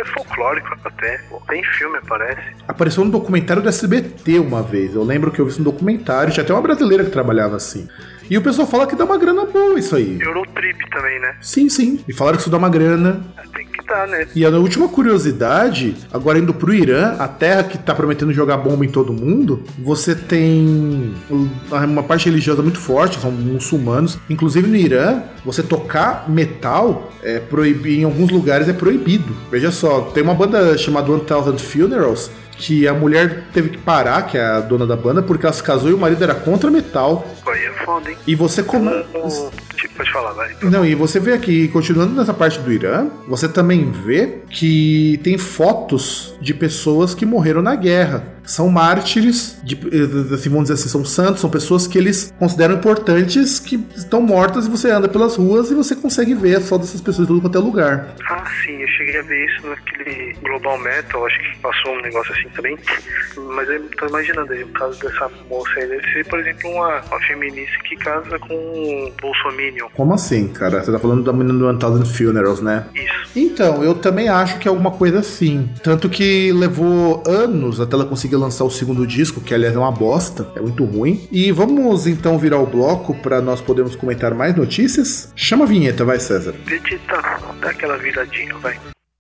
folclórico até. Tem filme, parece. Apareceu no documentário do SBT uma vez. Eu lembro que eu vi isso no documentário. Tinha até uma brasileira que trabalhava assim. E o pessoal fala que dá uma grana boa isso aí. Eurotrip também, né? Sim, sim. E falaram que isso dá uma grana. Tem que dar, né? E a última curiosidade, agora indo pro Irã, a terra que tá prometendo jogar bomba em todo mundo, você tem uma parte religiosa muito forte, são muçulmanos. Inclusive no Irã, você tocar metal é proibido, em alguns lugares é proibido. Veja só, tem uma banda chamada 1000 Funerals, que a mulher teve que parar, que é a dona da banda, porque ela se casou e o marido era contra metal. Aí é foda, hein? E você Pode falar, vai. Não, e você vê aqui, continuando nessa parte do Irã, você também vê que tem fotos de pessoas que morreram na guerra. São mártires, assim, vamos dizer assim, são santos, são pessoas que eles consideram importantes, que estão mortas, e você anda pelas ruas e você consegue ver as fotos dessas pessoas em tudo quanto é lugar. Ah, sim, eu cheguei a ver isso naquele Global Metal, acho que passou um negócio assim também. Mas eu tô imaginando aí, o caso dessa moça aí, deve ser, por exemplo, uma feminista que casa com um bolsominion. Como assim, cara? Você tá falando da menina do 1000 Funerals, né? Isso. Então, eu também acho que é alguma coisa assim. Tanto que levou anos até ela conseguir lançar o segundo disco, que aliás é uma bosta, é muito ruim. E vamos então virar o bloco para nós podermos comentar mais notícias. Chama a vinheta, vai, César. Vegeta, dá aquela viradinha, vai.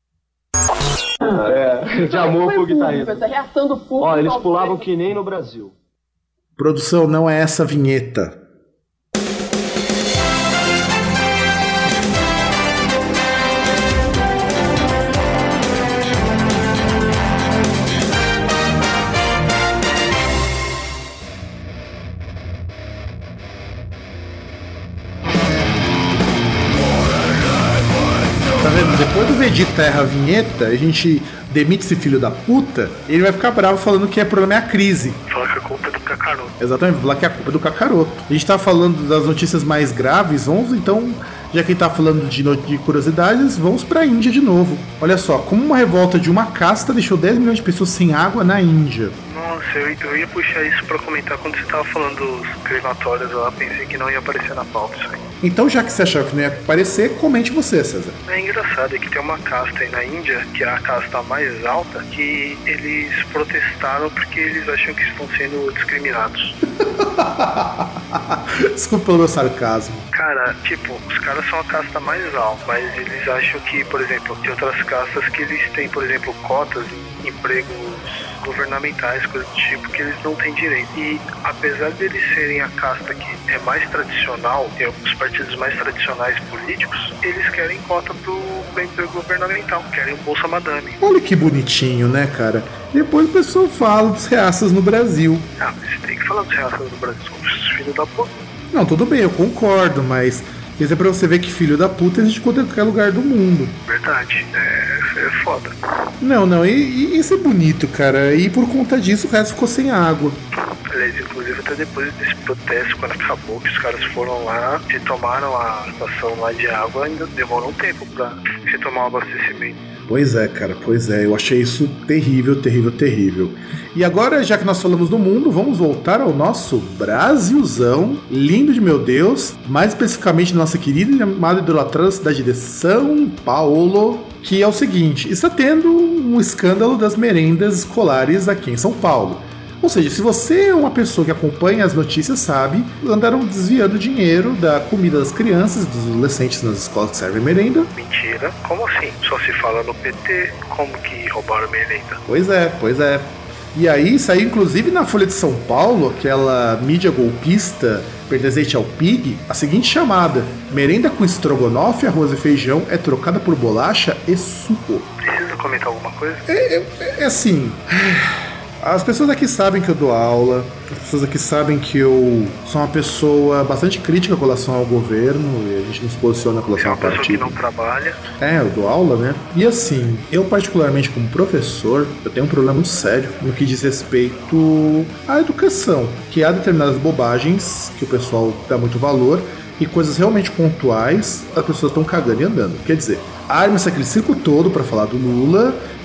De amor pro guitarrista. Reação do público. Ó, eles pulavam que nem no Brasil. Produção, não é essa vinheta. Tá vendo? Depois do Vegeta erra a vinheta, a gente demite esse filho da puta, ele vai ficar bravo falando que o problema é a crise. Fala que a culpa é do Kakaroto. Exatamente, falar que a culpa é do Kakaroto. A gente tá falando das notícias mais graves, vamos então, já que a gente tá falando de curiosidades, vamos pra Índia de novo. Olha só, como uma revolta de uma casta deixou 10 milhões de pessoas sem água na Índia. Nossa, eu ia puxar isso pra comentar quando você tava falando dos crematórios lá, pensei que não ia aparecer na pauta isso aí. Então, já que você achava que não ia aparecer, comente você, César. É engraçado, é que tem uma casta aí na Índia, que é a casta mais alta, que eles protestaram porque eles acham que estão sendo discriminados. Desculpa pelo meu sarcasmo. Cara, tipo, os caras são a casta mais alta, mas eles acham que, por exemplo, tem outras castas que eles têm, por exemplo, cotas em empregos governamentais, coisas do tipo, que eles não têm direito. E apesar deles serem a casta que é mais tradicional, tem os partidos mais tradicionais políticos, eles querem cota pro emprego governamental, querem o Bolsa Madame. Olha que bonitinho, né, cara? Depois o pessoal fala dos reaças no Brasil. Ah, mas você tem que falar dos reaças do Brasil, são os filhos da puta. Não, tudo bem, eu concordo, mas isso é pra você ver que filho da puta existe em qualquer lugar do mundo. Verdade, é foda. Não, e isso é bonito, cara. E por conta disso o resto ficou sem água. Aliás, inclusive até depois desse protesto, quando acabou, que os caras foram lá, retomaram a estação lá de água, ainda demorou um tempo pra retomar o abastecimento. Pois é, cara, pois é. Eu achei isso terrível, terrível, terrível. E agora, já que nós falamos do mundo, vamos voltar ao nosso Brasilzão, lindo de meu Deus, mais especificamente nossa querida e amada idolatrada cidade de São Paulo, que é o seguinte, está tendo um escândalo das merendas escolares aqui em São Paulo. Ou seja, se você é uma pessoa que acompanha as notícias, sabe, andaram desviando dinheiro da comida das crianças, dos adolescentes nas escolas que servem merenda. Mentira, como assim? Só se fala no PT, como que roubaram merenda? Pois é. E aí saiu inclusive na Folha de São Paulo, aquela mídia golpista pertencente ao PIG, a seguinte chamada: merenda com estrogonofe, arroz e feijão é trocada por bolacha e suco. Precisa comentar alguma coisa? É assim... As pessoas aqui sabem que eu dou aula, as pessoas aqui sabem que eu sou uma pessoa bastante crítica com relação ao governo, e a gente não se posiciona com relação ao partido. É uma pessoa que não trabalha. Eu dou aula, né? E assim, eu particularmente como professor, eu tenho um problema muito sério no que diz respeito à educação, que há determinadas bobagens que o pessoal dá muito valor, e coisas realmente pontuais as pessoas estão cagando e andando. Quer dizer, arma-se aquele circo todo pra falar do Lula,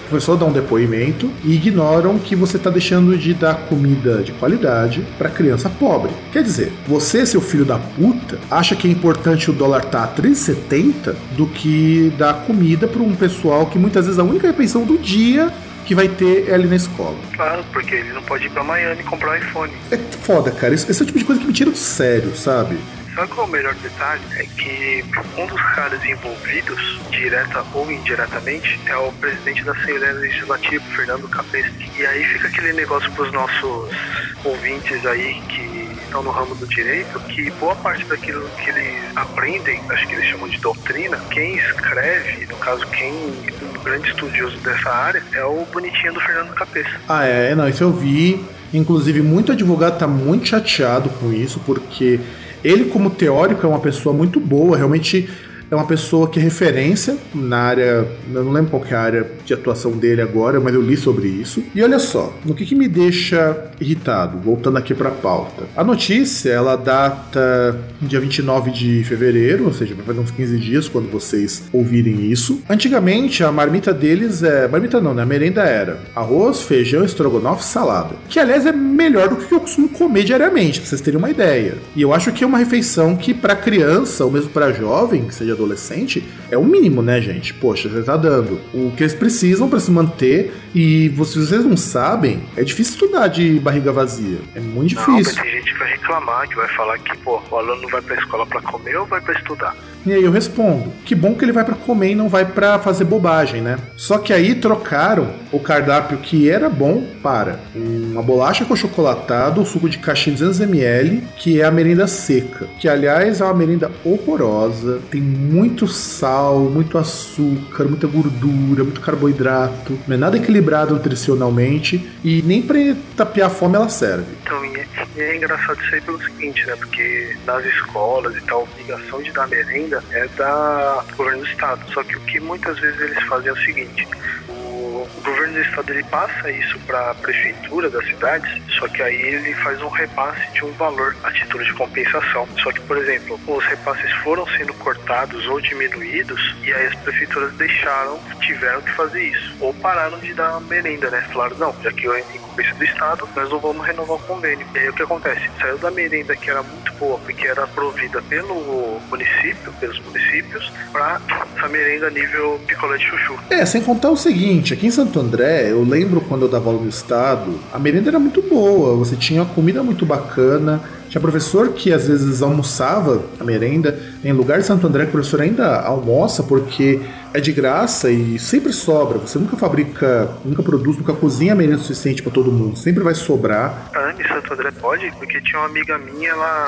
professor dá um depoimento e ignoram que você está deixando de dar comida de qualidade para criança pobre. Quer dizer, você, seu filho da puta, acha que é importante o dólar tá a 3,70 do que dar comida para um pessoal que muitas vezes a única refeição do dia que vai ter é ali na escola. Claro, porque ele não pode ir pra Miami comprar um iPhone. É foda, cara. Esse é o tipo de coisa que me tira do sério, sabe? Sabe qual é o melhor detalhe? É que um dos caras envolvidos, direta ou indiretamente, é o presidente da Assembleia Legislativa, Fernando Capesti. E aí fica aquele negócio pros nossos ouvintes aí que estão no ramo do direito, que boa parte daquilo que eles aprendem, acho que eles chamam de doutrina, quem escreve, no caso, quem um grande estudioso dessa área, é o bonitinho do Fernando Capesti. Ah, não, isso eu vi. Inclusive, muito advogado tá muito chateado com isso, porque ele, como teórico, é uma pessoa muito boa, realmente é uma pessoa que é referência na área, eu não lembro qual que é a área de atuação dele agora, mas eu li sobre isso. E olha só, o que me deixa irritado, voltando aqui pra pauta. A notícia, ela data dia 29 de fevereiro, ou seja, vai fazer uns 15 dias quando vocês ouvirem isso. Antigamente, a marmita deles marmita não, né? A merenda era arroz, feijão, estrogonofe, salada. Que, aliás, é melhor do que eu costumo comer diariamente, pra vocês terem uma ideia. E eu acho que é uma refeição que, pra criança, ou mesmo pra jovem, que seja adolescente, é o mínimo, né, gente? Poxa, você tá dando o que eles precisam pra se manter, e vocês não sabem, é difícil estudar de barriga vazia. É muito difícil. Não, tem gente que vai reclamar, que vai falar que, o aluno vai pra escola pra comer ou vai pra estudar? E aí eu respondo, que bom que ele vai pra comer e não vai pra fazer bobagem, né? Só que aí trocaram o cardápio que era bom para uma bolacha com chocolatado, o suco de caixinha 200ml, que é a merenda seca, que aliás é uma merenda horrorosa, tem muito sal, muito açúcar, muita gordura, muito carboidrato, não é nada equilibrado nutricionalmente e nem pra tapear a fome ela serve. Então, é engraçado isso aí pelo seguinte, né? Porque nas escolas e tal, a obrigação de dar merenda é da governo do estado. Só que o que muitas vezes eles fazem é o seguinte: o governo do estado ele passa isso para a prefeitura das cidades, só que aí ele faz um repasse de um valor a título de compensação. Só que, por exemplo, os repasses foram sendo cortados ou diminuídos e aí as prefeituras tiveram que fazer isso. Ou pararam de dar merenda, né? Falaram, não, já que eu em compensa do estado, nós não vamos renovar o convênio. E aí o que acontece? Saiu da merenda que era muito boa, porque era provida pelos municípios, para essa merenda nível picolé de chuchu. Sem contar o seguinte, aqui em Santo André, eu lembro quando eu dava aula no estado, a merenda era muito boa, você tinha uma comida muito bacana, tinha professor que às vezes almoçava a merenda, em lugar de Santo André que o professor ainda almoça porque é de graça e sempre sobra, você nunca fabrica, nunca produz, nunca cozinha a merenda suficiente para todo mundo, sempre vai sobrar. Em Santo André pode? Porque tinha uma amiga minha, ela...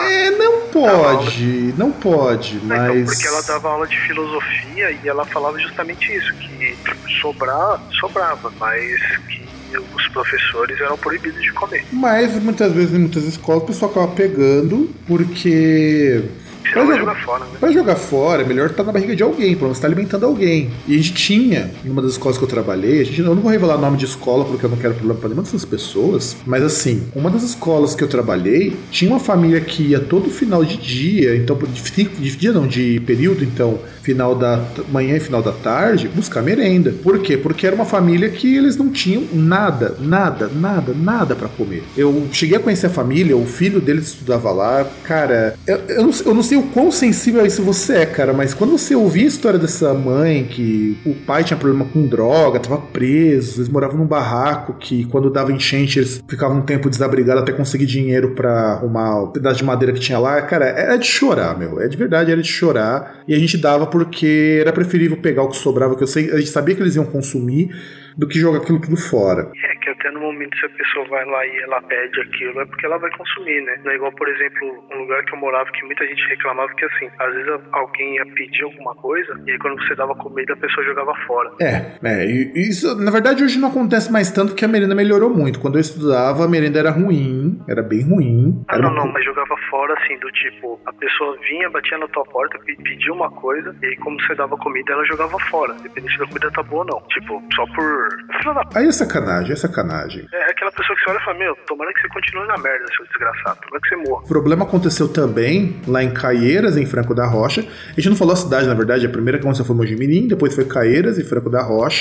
não pode, mas... Então, porque ela dava aula de filosofia e ela falava justamente isso, que sobrava, mas que os professores eram proibidos de comer. Mas muitas vezes em muitas escolas o pessoal acaba pegando porque... Vai jogar fora, né? Vai jogar fora, é melhor estar na barriga de alguém, pelo menos estar alimentando alguém. E a gente tinha, numa das escolas que eu trabalhei, eu não vou revelar nome de escola porque eu não quero problema para nenhuma dessas pessoas, mas assim, uma das escolas que eu trabalhei, tinha uma família que ia todo final de dia, então, de período, então, final da manhã e final da tarde, buscar merenda. Por quê? Porque era uma família que eles não tinham nada para comer. Eu cheguei a conhecer a família, o filho deles estudava lá, cara, eu não sei o quão sensível a isso você é, cara, mas quando você ouvia a história dessa mãe, que o pai tinha problema com droga, tava preso, eles moravam num barraco que quando dava enchente eles ficavam um tempo desabrigados até conseguir dinheiro pra arrumar o pedaço de madeira que tinha lá, cara, era de chorar, de verdade, era de chorar, e a gente dava porque era preferível pegar o que sobrava, que a gente sabia que eles iam consumir, do que jogar aquilo tudo fora. É que até no momento se a pessoa vai lá e ela pede aquilo, é porque ela vai consumir, né? Não é igual, por exemplo, um lugar que eu morava que muita gente reclamava que assim, às vezes alguém ia pedir alguma coisa e aí quando você dava comida a pessoa jogava fora. Isso na verdade hoje não acontece mais tanto porque a merenda melhorou muito. Quando eu estudava a merenda era ruim, era bem ruim. Mas jogava fora assim, do tipo, a pessoa vinha, batia na tua porta, pedia uma coisa e aí como você dava comida ela jogava fora, independente da comida tá boa ou não. Tipo, só por... Aí é sacanagem. É aquela pessoa que você olha e fala, tomara que você continue na merda, seu desgraçado, tomara que você morra. O problema aconteceu também lá em Caieiras, em Franco da Rocha. A gente não falou a cidade, na verdade, a primeira que aconteceu foi Mojimirim, depois foi Caieiras e Franco da Rocha.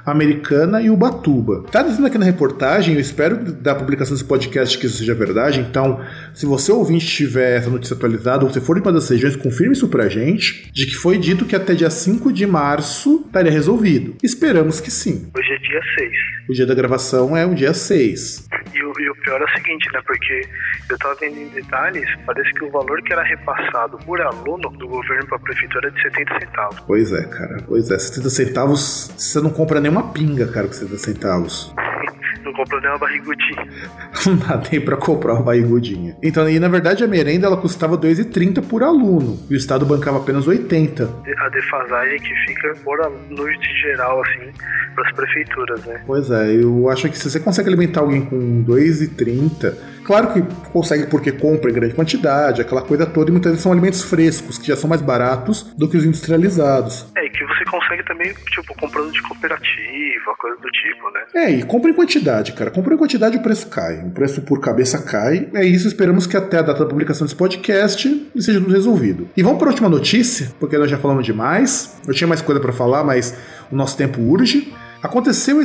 Americana e Ubatuba. Tá dizendo aqui na reportagem, eu espero da publicação desse podcast que isso seja verdade, então, se você ouvinte tiver essa notícia atualizada, ou se for em uma das regiões, confirme isso pra gente, de que foi dito que até dia 5 de março estaria resolvido. Esperamos que sim. Hoje é dia 6. O dia da gravação é o dia 6. E o pior é o seguinte, né? Porque eu tava vendo em detalhes, parece que o valor que era repassado por aluno do governo pra prefeitura é de 70 centavos. Pois é, cara. Pois é. 70 centavos, você não compra nem uma pinga, cara, com 70 centavos. Não comprou nem uma barrigudinha. Não dá nem pra comprar uma barrigudinha. Então, e na verdade a merenda ela custava R$2,30 por aluno. E o Estado bancava apenas 80. A defasagem que fica por aluno de geral, assim, pras prefeituras, né? Pois é, eu acho que se você consegue alimentar alguém com R$2,30, claro que consegue porque compra em grande quantidade, aquela coisa toda, e muitas vezes são alimentos frescos, que já são mais baratos do que os industrializados. É, e que você consegue também, tipo, comprando de cooperativa, coisa do tipo, né? E compra em quantidade, cara. Compra em quantidade e o preço cai. O preço por cabeça cai. É isso, esperamos que até a data da publicação desse podcast seja tudo resolvido. E vamos para a última notícia, porque nós já falamos demais. Eu tinha mais coisa para falar, mas o nosso tempo urge. Aconteceu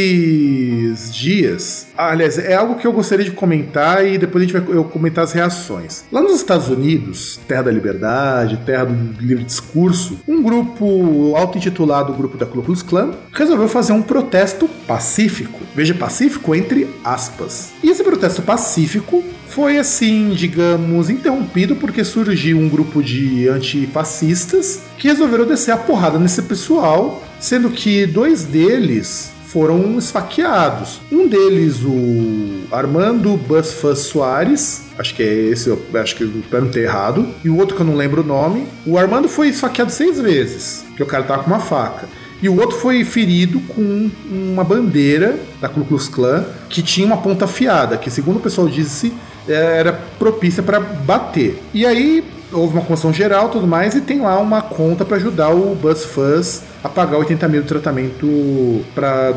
esses dias, aliás, é algo que eu gostaria de comentar e depois a gente vai comentar as reações. Lá nos Estados Unidos, terra da liberdade, terra do livre discurso, um grupo auto-intitulado Grupo da Ku Klux Klan resolveu fazer um protesto pacífico. Veja, pacífico entre aspas. E esse protesto pacífico foi assim, digamos, interrompido porque surgiu um grupo de antifascistas que resolveram descer a porrada nesse pessoal, sendo que 2 deles foram esfaqueados. Um deles, o Armando Busfus Soares, acho que é esse, eu acho que eu espero não ter errado, e o outro que eu não lembro o nome. O Armando foi esfaqueado 6 vezes, porque o cara tava com uma faca. E o outro foi ferido com uma bandeira da Ku Klux Klan que tinha uma ponta afiada, que segundo o pessoal disse era propícia para bater. E aí houve uma comoção geral e tudo mais, e tem lá uma conta para ajudar o Busfus a pagar 80 mil de tratamento pra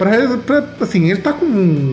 assim, ele tá com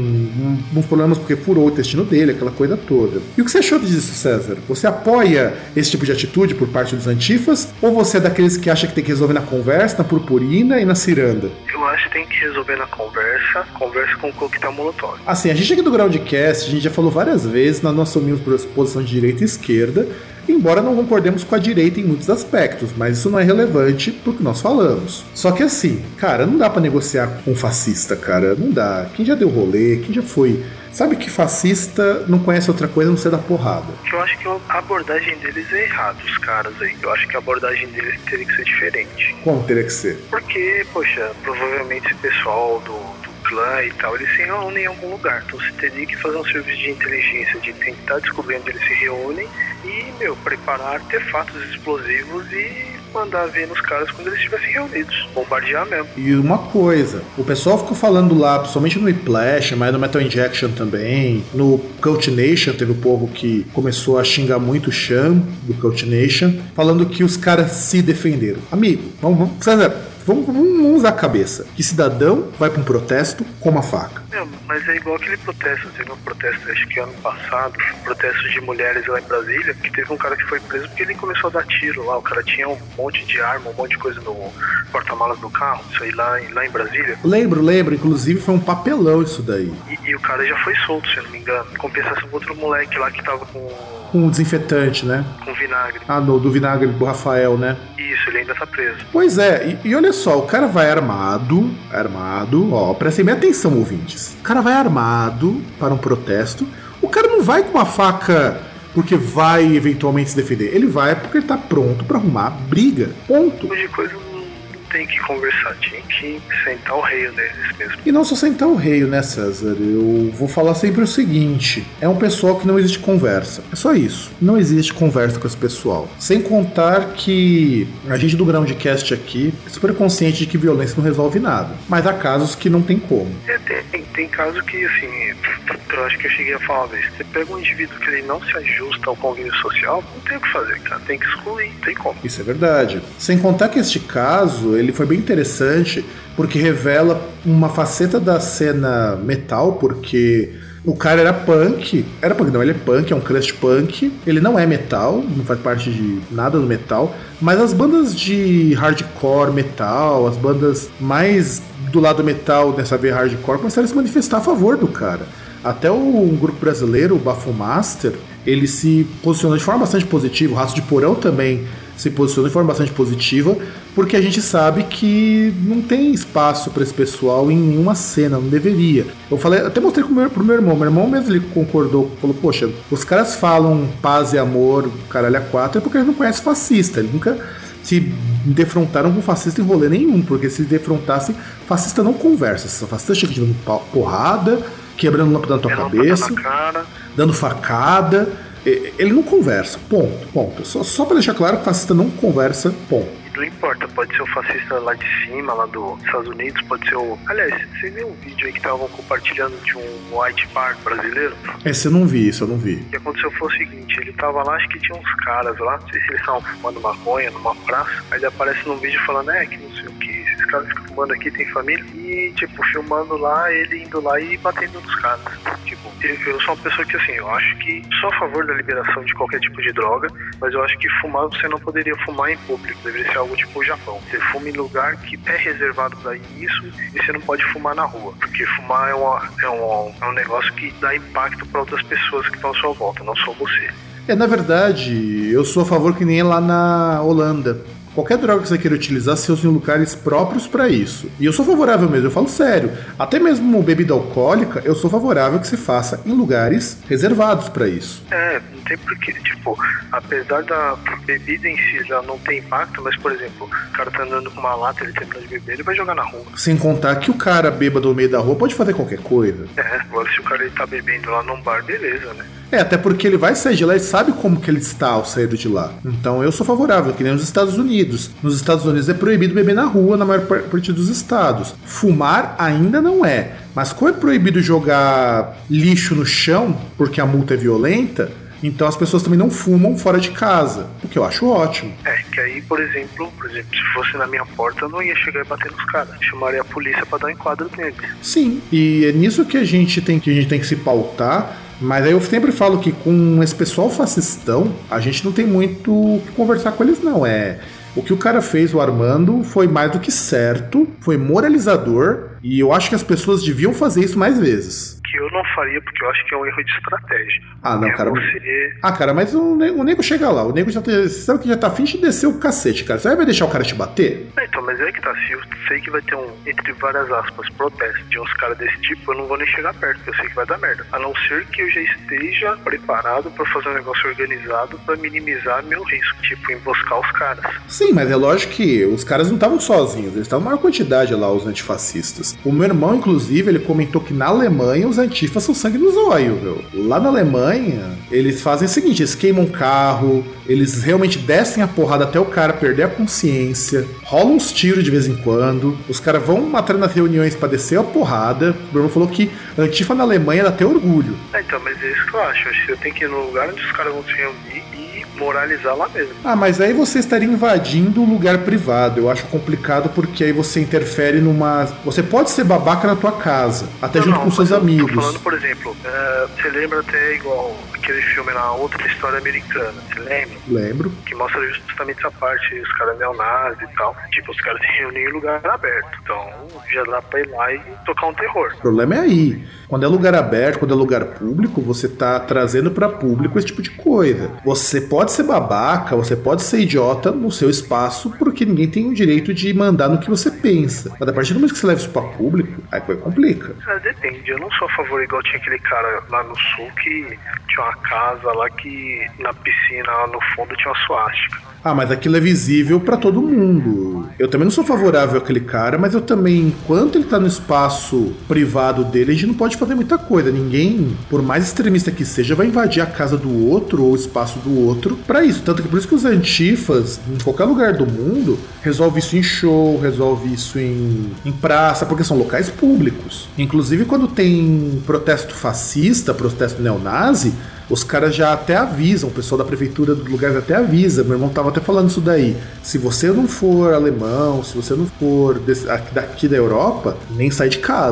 uns problemas porque furou o intestino dele, aquela coisa toda. E o que você achou disso, César? Você apoia esse tipo de atitude por parte dos antifas, ou você é daqueles que acha que tem que resolver na conversa, na purpurina e na ciranda? Eu acho que tem que resolver na conversa com o coquetel molotov. Assim, a gente aqui do Groundcast, a gente já falou várias vezes, nós assumimos posição de direita e esquerda, embora não concordemos com a direita em muitos aspectos, mas isso não é relevante pro que nós falamos. Só que assim, cara, não dá pra negociar com um fascista, cara, não dá. Quem já deu rolê, quem já foi... Sabe que fascista não conhece outra coisa a não ser da porrada. Eu acho que a abordagem deles é errada, os caras aí. Eu acho que a abordagem deles teria que ser diferente. Como teria que ser? Porque, poxa, provavelmente esse pessoal do clã e tal, eles se reúnem em algum lugar. Então você teria que fazer um serviço de inteligência, de tentar descobrir onde eles se reúnem e, preparar artefatos explosivos e mandar ver nos caras quando eles estivessem reunidos. Bombardear mesmo. E uma coisa, o pessoal ficou falando lá, principalmente no Whiplash, mas no Metal Injection também, no Cult Nation teve o povo que começou a xingar muito o Sean do Cult Nation, falando que os caras se defenderam. Amigo, vamos usar a cabeça. Que cidadão vai pra um protesto com uma faca? Mas é igual aquele protesto, teve um protesto, acho que ano passado, protesto de mulheres lá em Brasília, que teve um cara que foi preso porque ele começou a dar tiro lá, o cara tinha um monte de arma, um monte de coisa no porta-malas do carro, isso aí lá em Brasília. Lembro, inclusive foi um papelão isso daí. E o cara já foi solto, se eu não me engano. Compensação com outro moleque lá que tava com desinfetante, né? Com vinagre. Do vinagre do Rafael, né? Isso, ele ainda tá preso. Pois é, e olha só, o cara vai armado, ó, prestem bem atenção, ouvintes. O cara vai armado para um protesto, o cara não vai com uma faca porque vai eventualmente se defender, ele vai porque ele tá pronto pra arrumar briga, ponto. De coisa não tem que conversar, tinha que sentar o reio neles mesmo. E não só sentar o reio, né, César? Eu vou falar sempre o seguinte, é um pessoal que não existe conversa, é só isso, não existe conversa com esse pessoal. Sem contar que a gente do Groundcast aqui é super consciente de que violência não resolve nada, mas há casos que não tem como. Tem caso que, assim, eu acho que eu cheguei a falar uma vez, você pega um indivíduo que ele não se ajusta ao convívio social, não tem o que fazer, cara, tem que excluir, não tem como. Isso é verdade. Sem contar que este caso, ele foi bem interessante, porque revela uma faceta da cena metal, porque O cara era punk. Era punk, não, ele é punk, é um crust punk. Ele não é metal, não faz parte de nada do metal. Mas as bandas de hardcore metal, as bandas mais do lado metal dessa vez hardcore, começaram a se manifestar a favor do cara. Até um grupo brasileiro, o Bafumaster, ele se posicionou de forma bastante positiva. O Rato de Porão também se posicionou de forma bastante positiva, porque a gente sabe que não tem espaço para esse pessoal em nenhuma cena, não deveria. Eu falei, até mostrei pro meu irmão mesmo, ele concordou, falou, poxa, os caras falam paz e amor, caralho a quatro, é porque eles não conhecem fascista, eles nunca se defrontaram com fascista em rolê nenhum, porque se defrontassem, fascista não conversa, fascista chega de dando porrada, quebrando lâmpada na tua cabeça, dando facada. Ele não conversa, ponto. Só pra deixar claro que o fascista não conversa, ponto. Não importa, pode ser o fascista lá de cima, lá dos Estados Unidos, pode ser o... Aliás, você viu um vídeo aí que estavam compartilhando de um white park brasileiro? Esse eu não vi, isso eu não vi. O que aconteceu foi o seguinte, ele tava lá, acho que tinha uns caras lá, não sei se eles estavam fumando maconha numa praça, aí ele aparece num vídeo falando, que não sei o que, esses caras ficam fumando aqui, tem família, e tipo, filmando lá, ele indo lá e batendo nos caras. Tipo, eu sou uma pessoa que assim, eu acho que sou a favor da liberação de qualquer tipo de droga, mas eu acho que fumar, você não poderia fumar em público, deveria ser algo tipo o Japão. Você fuma em lugar que é reservado para isso e você não pode fumar na rua, porque fumar é um negócio que dá impacto para outras pessoas que estão à sua volta, não só você. Na verdade, eu sou a favor que nem lá na Holanda. Qualquer droga que você queira utilizar, se usa em lugares próprios para isso. E eu sou favorável mesmo, eu falo sério. Até mesmo bebida alcoólica, eu sou favorável que se faça em lugares reservados para isso. Não tem porquê. Tipo, apesar da bebida em si já não ter impacto, mas, por exemplo, o cara tá andando com uma lata, ele termina de beber, ele vai jogar na rua. Sem contar que o cara bêbado no meio da rua pode fazer qualquer coisa. Agora se o cara ele tá bebendo lá num bar, beleza, né? Até porque ele vai sair de lá e sabe como que ele está ao sair de lá. Então eu sou favorável, que nem nos Estados Unidos. Nos Estados Unidos é proibido beber na rua na maior parte dos estados. Fumar ainda não é. Mas como é proibido jogar lixo no chão, porque a multa é violenta, então as pessoas também não fumam fora de casa, o que eu acho ótimo. Que aí, por exemplo, se fosse na minha porta, eu não ia chegar e bater nos caras. Chamaria a polícia pra dar um enquadro neles. Sim, e é nisso que a gente tem que se pautar. Mas aí eu sempre falo que com esse pessoal fascistão, a gente não tem muito o que conversar com eles, não. O que o cara fez, o Armando, foi mais do que certo, foi moralizador, e eu acho que as pessoas deviam fazer isso mais vezes. Que eu não faria, porque eu acho que é um erro de estratégia. Não, cara. Cara, mas o nego chega lá. O nego já você sabe que já tá afim de descer o cacete, cara. Você vai deixar o cara te bater? Então, mas é que tá. Se eu sei que vai ter entre várias aspas, protesto de uns caras desse tipo, eu não vou nem chegar perto, porque eu sei que vai dar merda. A não ser que eu já esteja preparado pra fazer um negócio organizado pra minimizar meu risco, tipo, emboscar os caras. Sim, mas é lógico que os caras não estavam sozinhos. Eles estavam em maior quantidade lá, os antifascistas. O meu irmão, inclusive, ele comentou que na Alemanha os antifas são sangue nos olhos, viu? Lá na Alemanha, eles fazem o seguinte, eles queimam carro, eles realmente descem a porrada até o cara perder a consciência, rolam uns tiros de vez em quando, os caras vão matar nas reuniões pra descer a porrada. O meu irmão falou que a antifa na Alemanha dá até orgulho. Então, mas é isso que eu acho. Eu acho que eu tenho que ir no lugar onde os caras vão se reunir e moralizar lá mesmo. Mas aí você estaria invadindo o lugar privado. Eu acho complicado porque aí você interfere numa... Você pode ser babaca na tua casa, até junto com seus amigos. Tô falando, por exemplo, você lembra até igual aquele filme na Outra História Americana, você lembra? Lembro. Que mostra justamente essa parte, os caras neonazis e tal. Tipo, os caras se reúnem em lugar aberto. Então, já dá pra ir lá e tocar um terror. O problema é aí. Quando é lugar aberto, quando é lugar público, você tá trazendo pra público esse tipo de coisa. Você pode ser babaca, você pode ser idiota no seu espaço, porque ninguém tem o direito de mandar no que você pensa. Mas a partir do momento que você leva isso pra público, aí coisa complica. Depende. Eu não sou a favor, igual tinha aquele cara lá no sul que tinha uma casa lá que na piscina, lá no fundo, tinha uma suástica. Mas aquilo é visível pra todo mundo. Eu também não sou favorável àquele cara, mas eu também, enquanto ele tá no espaço privado dele, a gente não pode fazer muita coisa. Ninguém, por mais extremista que seja, vai invadir a casa do outro ou o espaço do outro pra isso. Tanto que por isso que os antifas, em qualquer lugar do mundo, resolve isso em show, resolve isso em praça, porque são locais públicos. Inclusive, quando tem protesto fascista, protesto neonazi, os caras já até avisam, o pessoal da prefeitura do lugar até avisa. Meu irmão tava até falando isso daí. Se você não for alemão, se você não for daqui da Europa, nem sai de casa. Então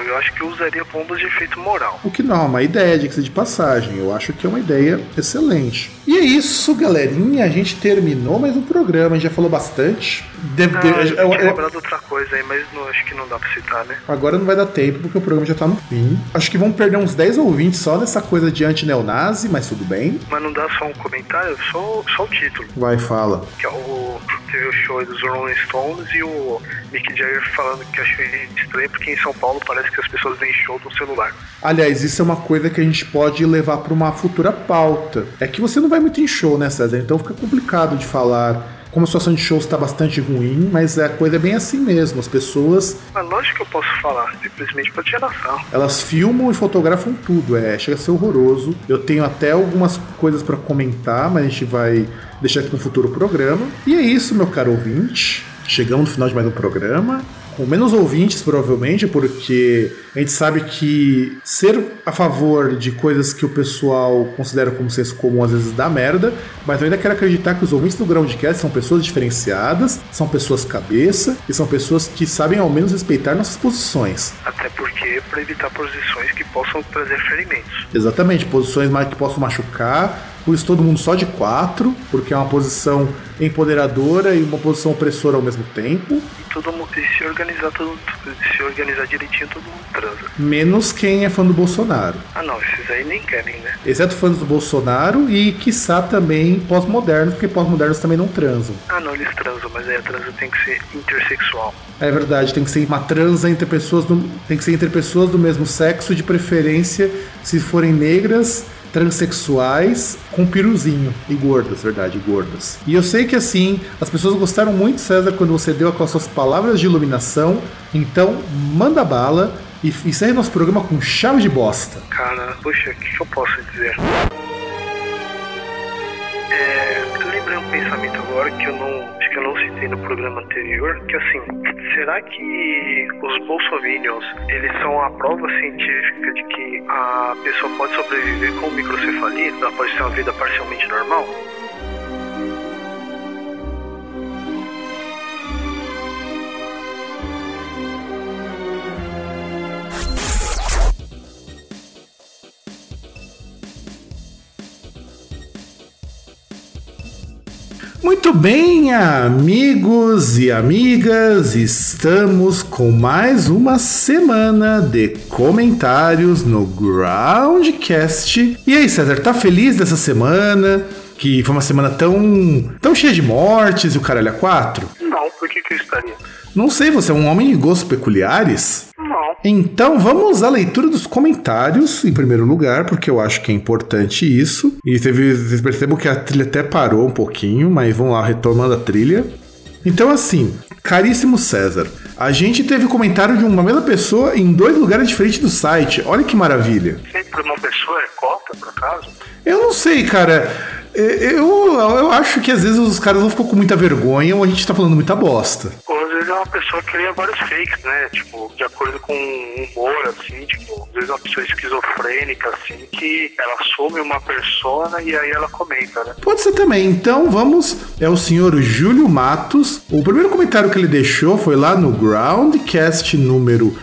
eu acho que eu usaria bombas de efeito moral. O que não é uma ideia, diga-se de passagem. Eu acho que é uma ideia excelente. E é isso, galerinha. A gente terminou mais um programa. A gente já falou bastante. Eu tinha lembrado outra coisa aí, mas acho que não dá pra citar, né? Agora não vai dar tempo, porque o programa já tá no fim. Acho que vamos perder uns 10 ouvintes só nessa coisa de anti-neonazi, mas tudo bem. Mas não dá só um comentário, só o título. Vai, fala. Que é teve o show dos Rolling Stones e o Mick Jagger falando que achei estranho porque em São Paulo parece que as pessoas veem show no celular. Aliás, isso é uma coisa que a gente pode levar para uma futura pauta. É que você não vai muito em show, né, César? Então fica complicado de falar. Como a situação de shows está bastante ruim, mas a coisa é bem assim mesmo. As pessoas... Mas lógico que eu posso falar, simplesmente pra tirar noção. Elas filmam e fotografam tudo, chega a ser horroroso. Eu tenho até algumas coisas para comentar, mas a gente vai deixar aqui no futuro programa. E é isso, meu caro ouvinte. Chegamos no final de mais um programa. Com menos ouvintes, provavelmente, porque a gente sabe que ser a favor de coisas que o pessoal considera como senso comum às vezes dá merda, mas eu ainda quero acreditar que os ouvintes do Groundcast são pessoas diferenciadas, são pessoas cabeça e são pessoas que sabem ao menos respeitar nossas posições. Até porque para evitar posições que possam trazer ferimentos. Exatamente, posições mais que possam machucar. Por isso todo mundo só de 4, porque é uma posição empoderadora e uma posição opressora ao mesmo tempo. E se organizar direitinho, todo mundo transa. Menos quem é fã do Bolsonaro. Ah não, esses aí nem querem, né? Exceto fãs do Bolsonaro e, quiçá, também pós-modernos, porque pós-modernos também não transam. Ah não, eles transam, mas aí a transa tem que ser intersexual. É verdade, tem que ser uma transa entre pessoas tem que ser entre pessoas do mesmo sexo, de preferência, se forem negras, transexuais, com piruzinho. E gordas, verdade, gordas. E eu sei que assim, as pessoas gostaram muito, César, quando você deu com as suas palavras de iluminação. Então, manda bala e encerre nosso programa com chave de bosta. Cara, poxa, o que eu posso dizer? Eu lembrei um pensamento agora que eu não citei no programa anterior, que assim, será que os bolsominions, eles são a prova científica de que a pessoa pode sobreviver com microcefalia? Ela pode ter uma vida parcialmente normal? Muito bem, amigos e amigas, estamos com mais uma semana de comentários no Groundcast. E aí, César, tá feliz dessa semana? Que foi uma semana tão cheia de mortes e o caralho a 4? Não, por que eu estaria? Não sei, você é um homem de gostos peculiares? Não. Então vamos à leitura dos comentários, em primeiro lugar, porque eu acho que é importante isso. E vocês percebam que a trilha até parou um pouquinho, mas vamos lá, retomando a trilha. Então assim, caríssimo César, a gente teve comentário de uma mesma pessoa em 2 lugares diferentes do site. Olha que maravilha. Sempre uma pessoa é cota, por acaso? Eu não sei, cara. Eu acho que às vezes os caras não ficam com muita vergonha ou a gente tá falando muita bosta. Ou às vezes é uma pessoa que cria vários fakes, né? Tipo, de acordo com um humor, assim, tipo, às vezes é uma pessoa esquizofrênica, assim, que ela assume uma persona e aí ela comenta, né? Pode ser também. Então vamos, é o senhor Júlio Matos. O primeiro comentário que ele deixou foi lá no Groundcast número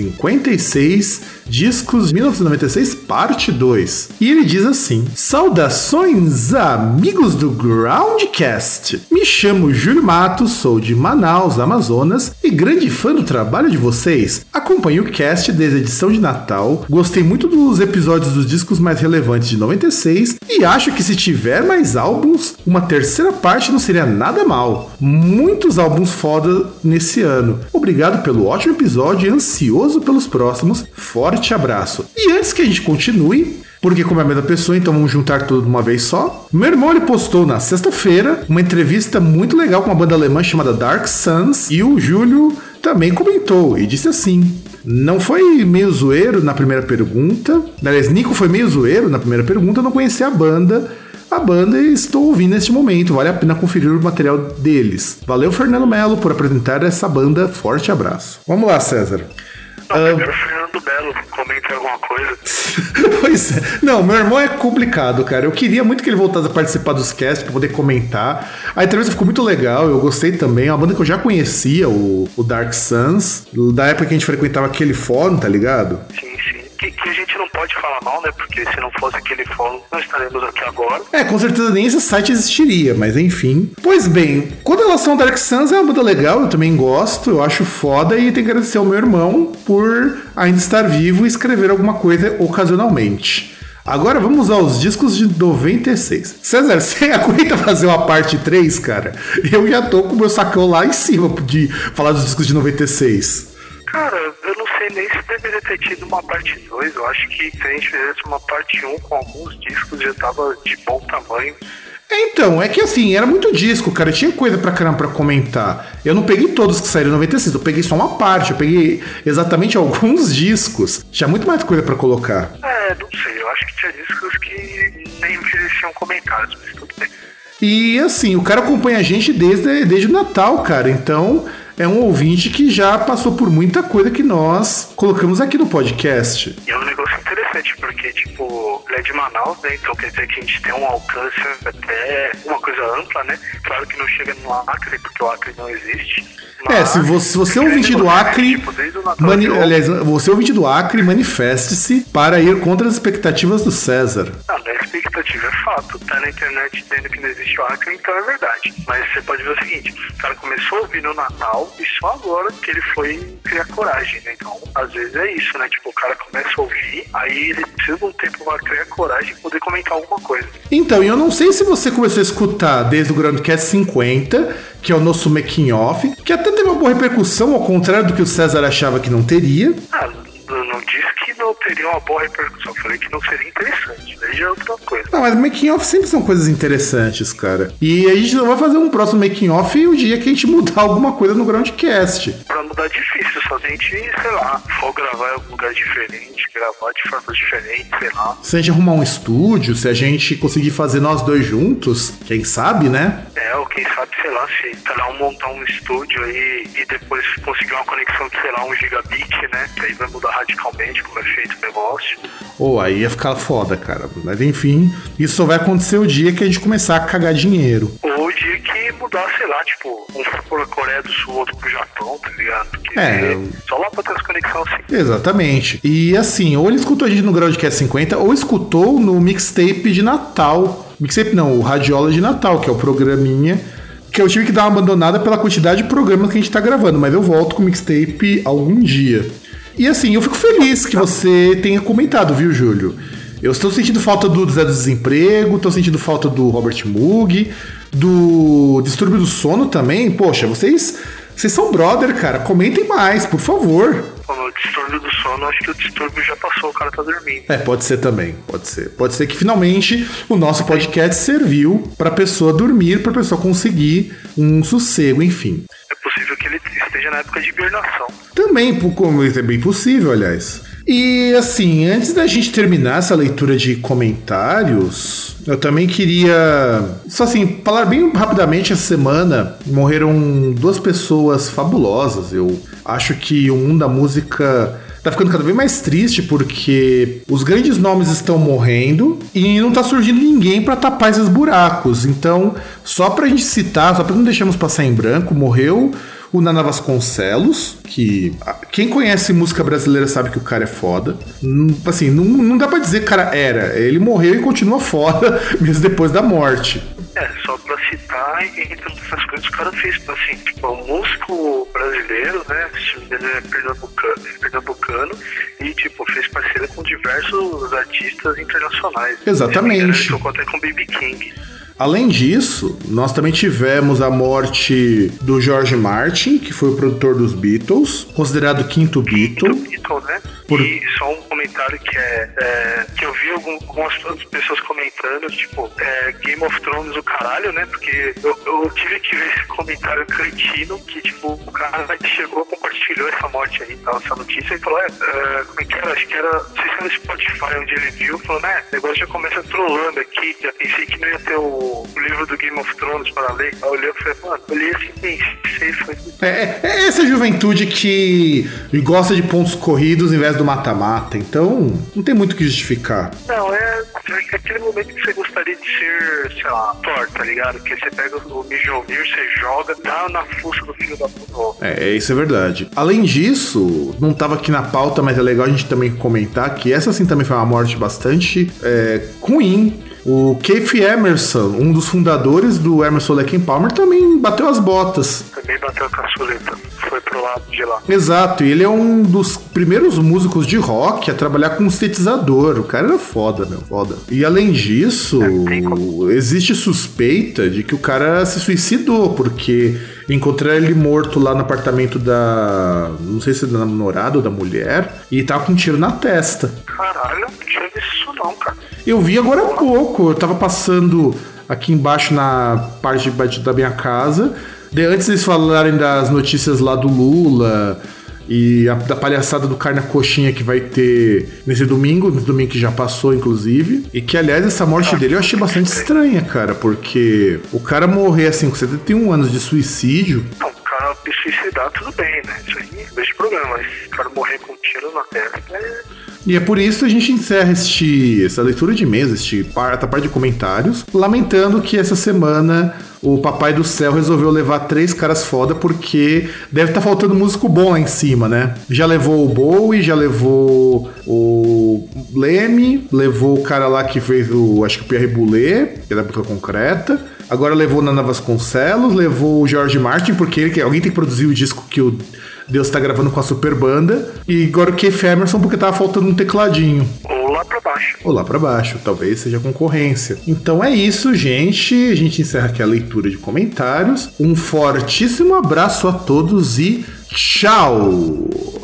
56, Discos 1996, parte 2. E ele diz assim: saudações, amigos do Groundcast. Me chamo Júlio Matos, sou de Manaus, Amazonas, e grande fã do trabalho de vocês. Acompanho o cast desde a edição de Natal, gostei muito dos episódios dos discos mais relevantes de 96, e acho que se tiver mais álbuns, uma terceira parte não seria nada mal. Muitos álbuns foda nesse ano. Obrigado pelo ótimo episódio e ansioso pelos próximos. Forte abraço. E antes que a gente continue, porque como é a mesma pessoa, então vamos juntar tudo de uma vez só. Meu irmão, ele postou na sexta-feira uma entrevista muito legal com uma banda alemã chamada Dark Suns, e o Júlio também comentou e disse assim: não foi meio zoeiro na primeira pergunta, aliás, Nico foi meio zoeiro na primeira pergunta, eu não conhecia a banda e estou ouvindo neste momento, vale a pena conferir o material deles. Valeu, Fernando Melo, por apresentar essa banda, forte abraço. Vamos lá, César. Primeiro o Fernando Neto Belo comenta alguma coisa. Pois é. Não, meu irmão é complicado, cara. Eu queria muito que ele voltasse a participar dos casts pra poder comentar. A entrevista ficou muito legal, eu gostei também. É uma banda que eu já conhecia, o Dark Suns, da época que a gente frequentava aquele fórum, tá ligado? Sim. Que a gente não pode falar mal, né? Porque se não fosse aquele fórum, nós estaremos aqui agora. Com certeza nem esse site existiria, mas enfim. Pois bem, com relação ao Dark Suns, é uma banda legal, eu também gosto, eu acho foda e tenho que agradecer ao meu irmão por ainda estar vivo e escrever alguma coisa ocasionalmente. Agora vamos aos discos de 96. César, você aguenta fazer uma parte 3, cara? Eu já tô com o meu sacão lá em cima de falar dos discos de 96. Cara, eu não sei nem se deveria ter tido uma parte 2. Eu acho que se a gente fizesse uma parte 1 com alguns discos já tava de bom tamanho. Então, é que assim, era muito disco, cara. Tinha coisa pra caramba pra comentar. Eu não peguei todos que saíram em 96, eu peguei só uma parte. Eu peguei exatamente alguns discos. Tinha muito mais coisa pra colocar. Não sei. Eu acho que tinha discos que nem mereciam comentários, mas tudo bem. E assim, o cara acompanha a gente desde o Natal, cara. Então, é um ouvinte que já passou por muita coisa que nós colocamos aqui no podcast. E é um negócio interessante, porque, tipo, ele é de Manaus, né? Então quer dizer que a gente tem um alcance até uma coisa ampla, né? Claro que não chega no Acre, porque o Acre não existe. Mas, se você é ouvinte do Acre, aliás, você é ouvinte do Acre, manifeste-se para ir contra as expectativas do César. Não é expectativa, é fato. Tá na internet dizendo que não existe o Acre, então é verdade. Mas você pode ver o seguinte, o cara começou a ouvir no Natal e só agora que ele foi criar coragem, né? Então, às vezes é isso, né? Tipo, o cara começa a ouvir, aí ele precisa de um tempo para criar coragem e poder comentar alguma coisa. Então, eu não sei se você começou a escutar desde o Groundcast 50, que é o nosso making off, que até teve uma boa repercussão, ao contrário do que o César achava que não teria. Eu não disse que não teria uma boa repercussão, eu falei que não seria interessante, daí já é outra coisa. Não, mas making off sempre são coisas interessantes, cara. E a gente não vai fazer um próximo making off o dia que a gente mudar alguma coisa no Groundcast. Pra mudar é difícil, só se a gente, sei lá, for gravar em algum lugar diferente, gravar de formas diferentes, sei lá. Se a gente arrumar um estúdio, se a gente conseguir fazer nós dois juntos, quem sabe, né? Ou quem sabe, sei lá, se cada um montar um estúdio aí e depois conseguir uma conexão de, sei lá, 1 gigabit, né? Que aí vai mudar radicalmente como é feito o negócio. Aí ia ficar foda, cara. Mas enfim, isso só vai acontecer o dia que a gente começar a cagar dinheiro. Ou o dia que mudar, sei lá, tipo, um for pra Coreia do Sul, outro pro Japão, tá ligado? Porque só lá pra ter as conexões assim. Exatamente. E assim, ou ele escutou a gente no Groundcast 50, ou escutou no mixtape de Natal. Mixtape não, o Radiola de Natal, que é o programinha que eu tive que dar uma abandonada pela quantidade de programas que a gente tá gravando, mas eu volto com o mixtape algum dia. E assim, eu fico feliz que você tenha comentado, viu, Júlio? Eu estou sentindo falta do Zé do Desemprego, estou sentindo falta do Robert Moog, do Distúrbio do Sono também. Poxa, vocês são brother, cara. Comentem mais, por favor. O Distúrbio do Sono, acho que o distúrbio já passou, o cara tá dormindo. Pode ser também, pode ser. Pode ser que finalmente o nosso podcast serviu pra pessoa dormir, pra pessoa conseguir um sossego, enfim. É possível que ele esteja na época de hibernação. Também, é bem possível, aliás. E assim, antes da gente terminar essa leitura de comentários, eu também queria, só assim, falar bem rapidamente. Essa semana morreram 2 pessoas fabulosas. Eu acho que o mundo da música tá ficando cada vez mais triste porque os grandes nomes estão morrendo e não tá surgindo ninguém pra tapar esses buracos. Então, só pra gente citar, só pra não deixarmos passar em branco, morreu o Naná Vasconcelos, que quem conhece música brasileira sabe que o cara é foda. Assim, não dá pra dizer que o cara era. Ele morreu e continua foda mesmo depois da morte. Só pra citar, entre essas coisas, o cara fez, assim, tipo, um músico brasileiro, né? O time dele é pernambucano e, tipo, fez parceria com diversos artistas internacionais. Exatamente. Ele tocou até com B.B. King. Além disso, nós também tivemos a morte do George Martin, que foi o produtor dos Beatles, considerado o quinto Beatle. Né? E só um comentário que eu vi algumas pessoas comentando, tipo, Game of Thrones o caralho, né? Porque eu tive que ver esse comentário cretino que, tipo, o cara chegou, compartilhou essa morte aí, tal, essa notícia e falou, como é que era? Acho que era, não sei se era no Spotify onde ele viu, falou, né? O negócio já começa trolando aqui, já pensei que não ia ter o livro do Game of Thrones para ler. Aí eu olhei e falei, mano, eu li assim, pensei, foi... Essa juventude que gosta de pontos corridos em vez do mata-mata, então não tem muito o que justificar. Não, é aquele momento que você gostaria de ser, sei lá, Thor, tá ligado? Que você pega o Mjolnir, você joga, dá na fuça do filho da puta. Isso é verdade. Além disso, não tava aqui na pauta, mas é legal a gente também comentar que essa sim também foi uma morte bastante ruim. O Keith Emerson, um dos fundadores do Emerson Lake and Palmer, também bateu as botas. Também bateu a caçuleta, foi pro lado de lá. Exato, e ele é um dos primeiros músicos de rock a trabalhar com sintetizador. O cara era foda, meu, foda. E além disso, existe suspeita de que o cara se suicidou, porque encontraram ele morto lá no apartamento não sei se é da namorada ou da mulher, e tava com um tiro na testa. Caralho, não tinha visto isso não, cara. Eu vi agora há pouco, eu tava passando aqui embaixo na parte da minha casa, antes eles falarem das notícias lá do Lula e da palhaçada do carne à coxinha que vai ter nesse domingo que já passou, inclusive. E que, aliás, essa morte dele eu achei bastante estranha, cara, porque o cara morrer assim com 71 anos de suicídio... Não, o cara se suicidar, tudo bem, né? Isso aí não vejo problema, mas o cara morrer com um tiro na testa E é por isso que a gente encerra essa leitura de mesa, essa parte de comentários, lamentando que essa semana o Papai do Céu resolveu levar 3 caras foda, porque deve estar faltando músico bom lá em cima, né? Já levou o Bowie, já levou o Leme, levou o cara lá que fez acho que o Pierre Boulez, que é da Música Concreta. Agora levou o Nana Vasconcelos, levou o George Martin, porque alguém tem que produzir o disco que o Deus tá gravando com a super banda. E agora o Keith Emerson, porque tava faltando um tecladinho. Ou lá pra baixo. Ou lá pra baixo, talvez seja concorrência. Então é isso, gente. A gente encerra aqui a leitura de comentários. Um fortíssimo abraço a todos e tchau!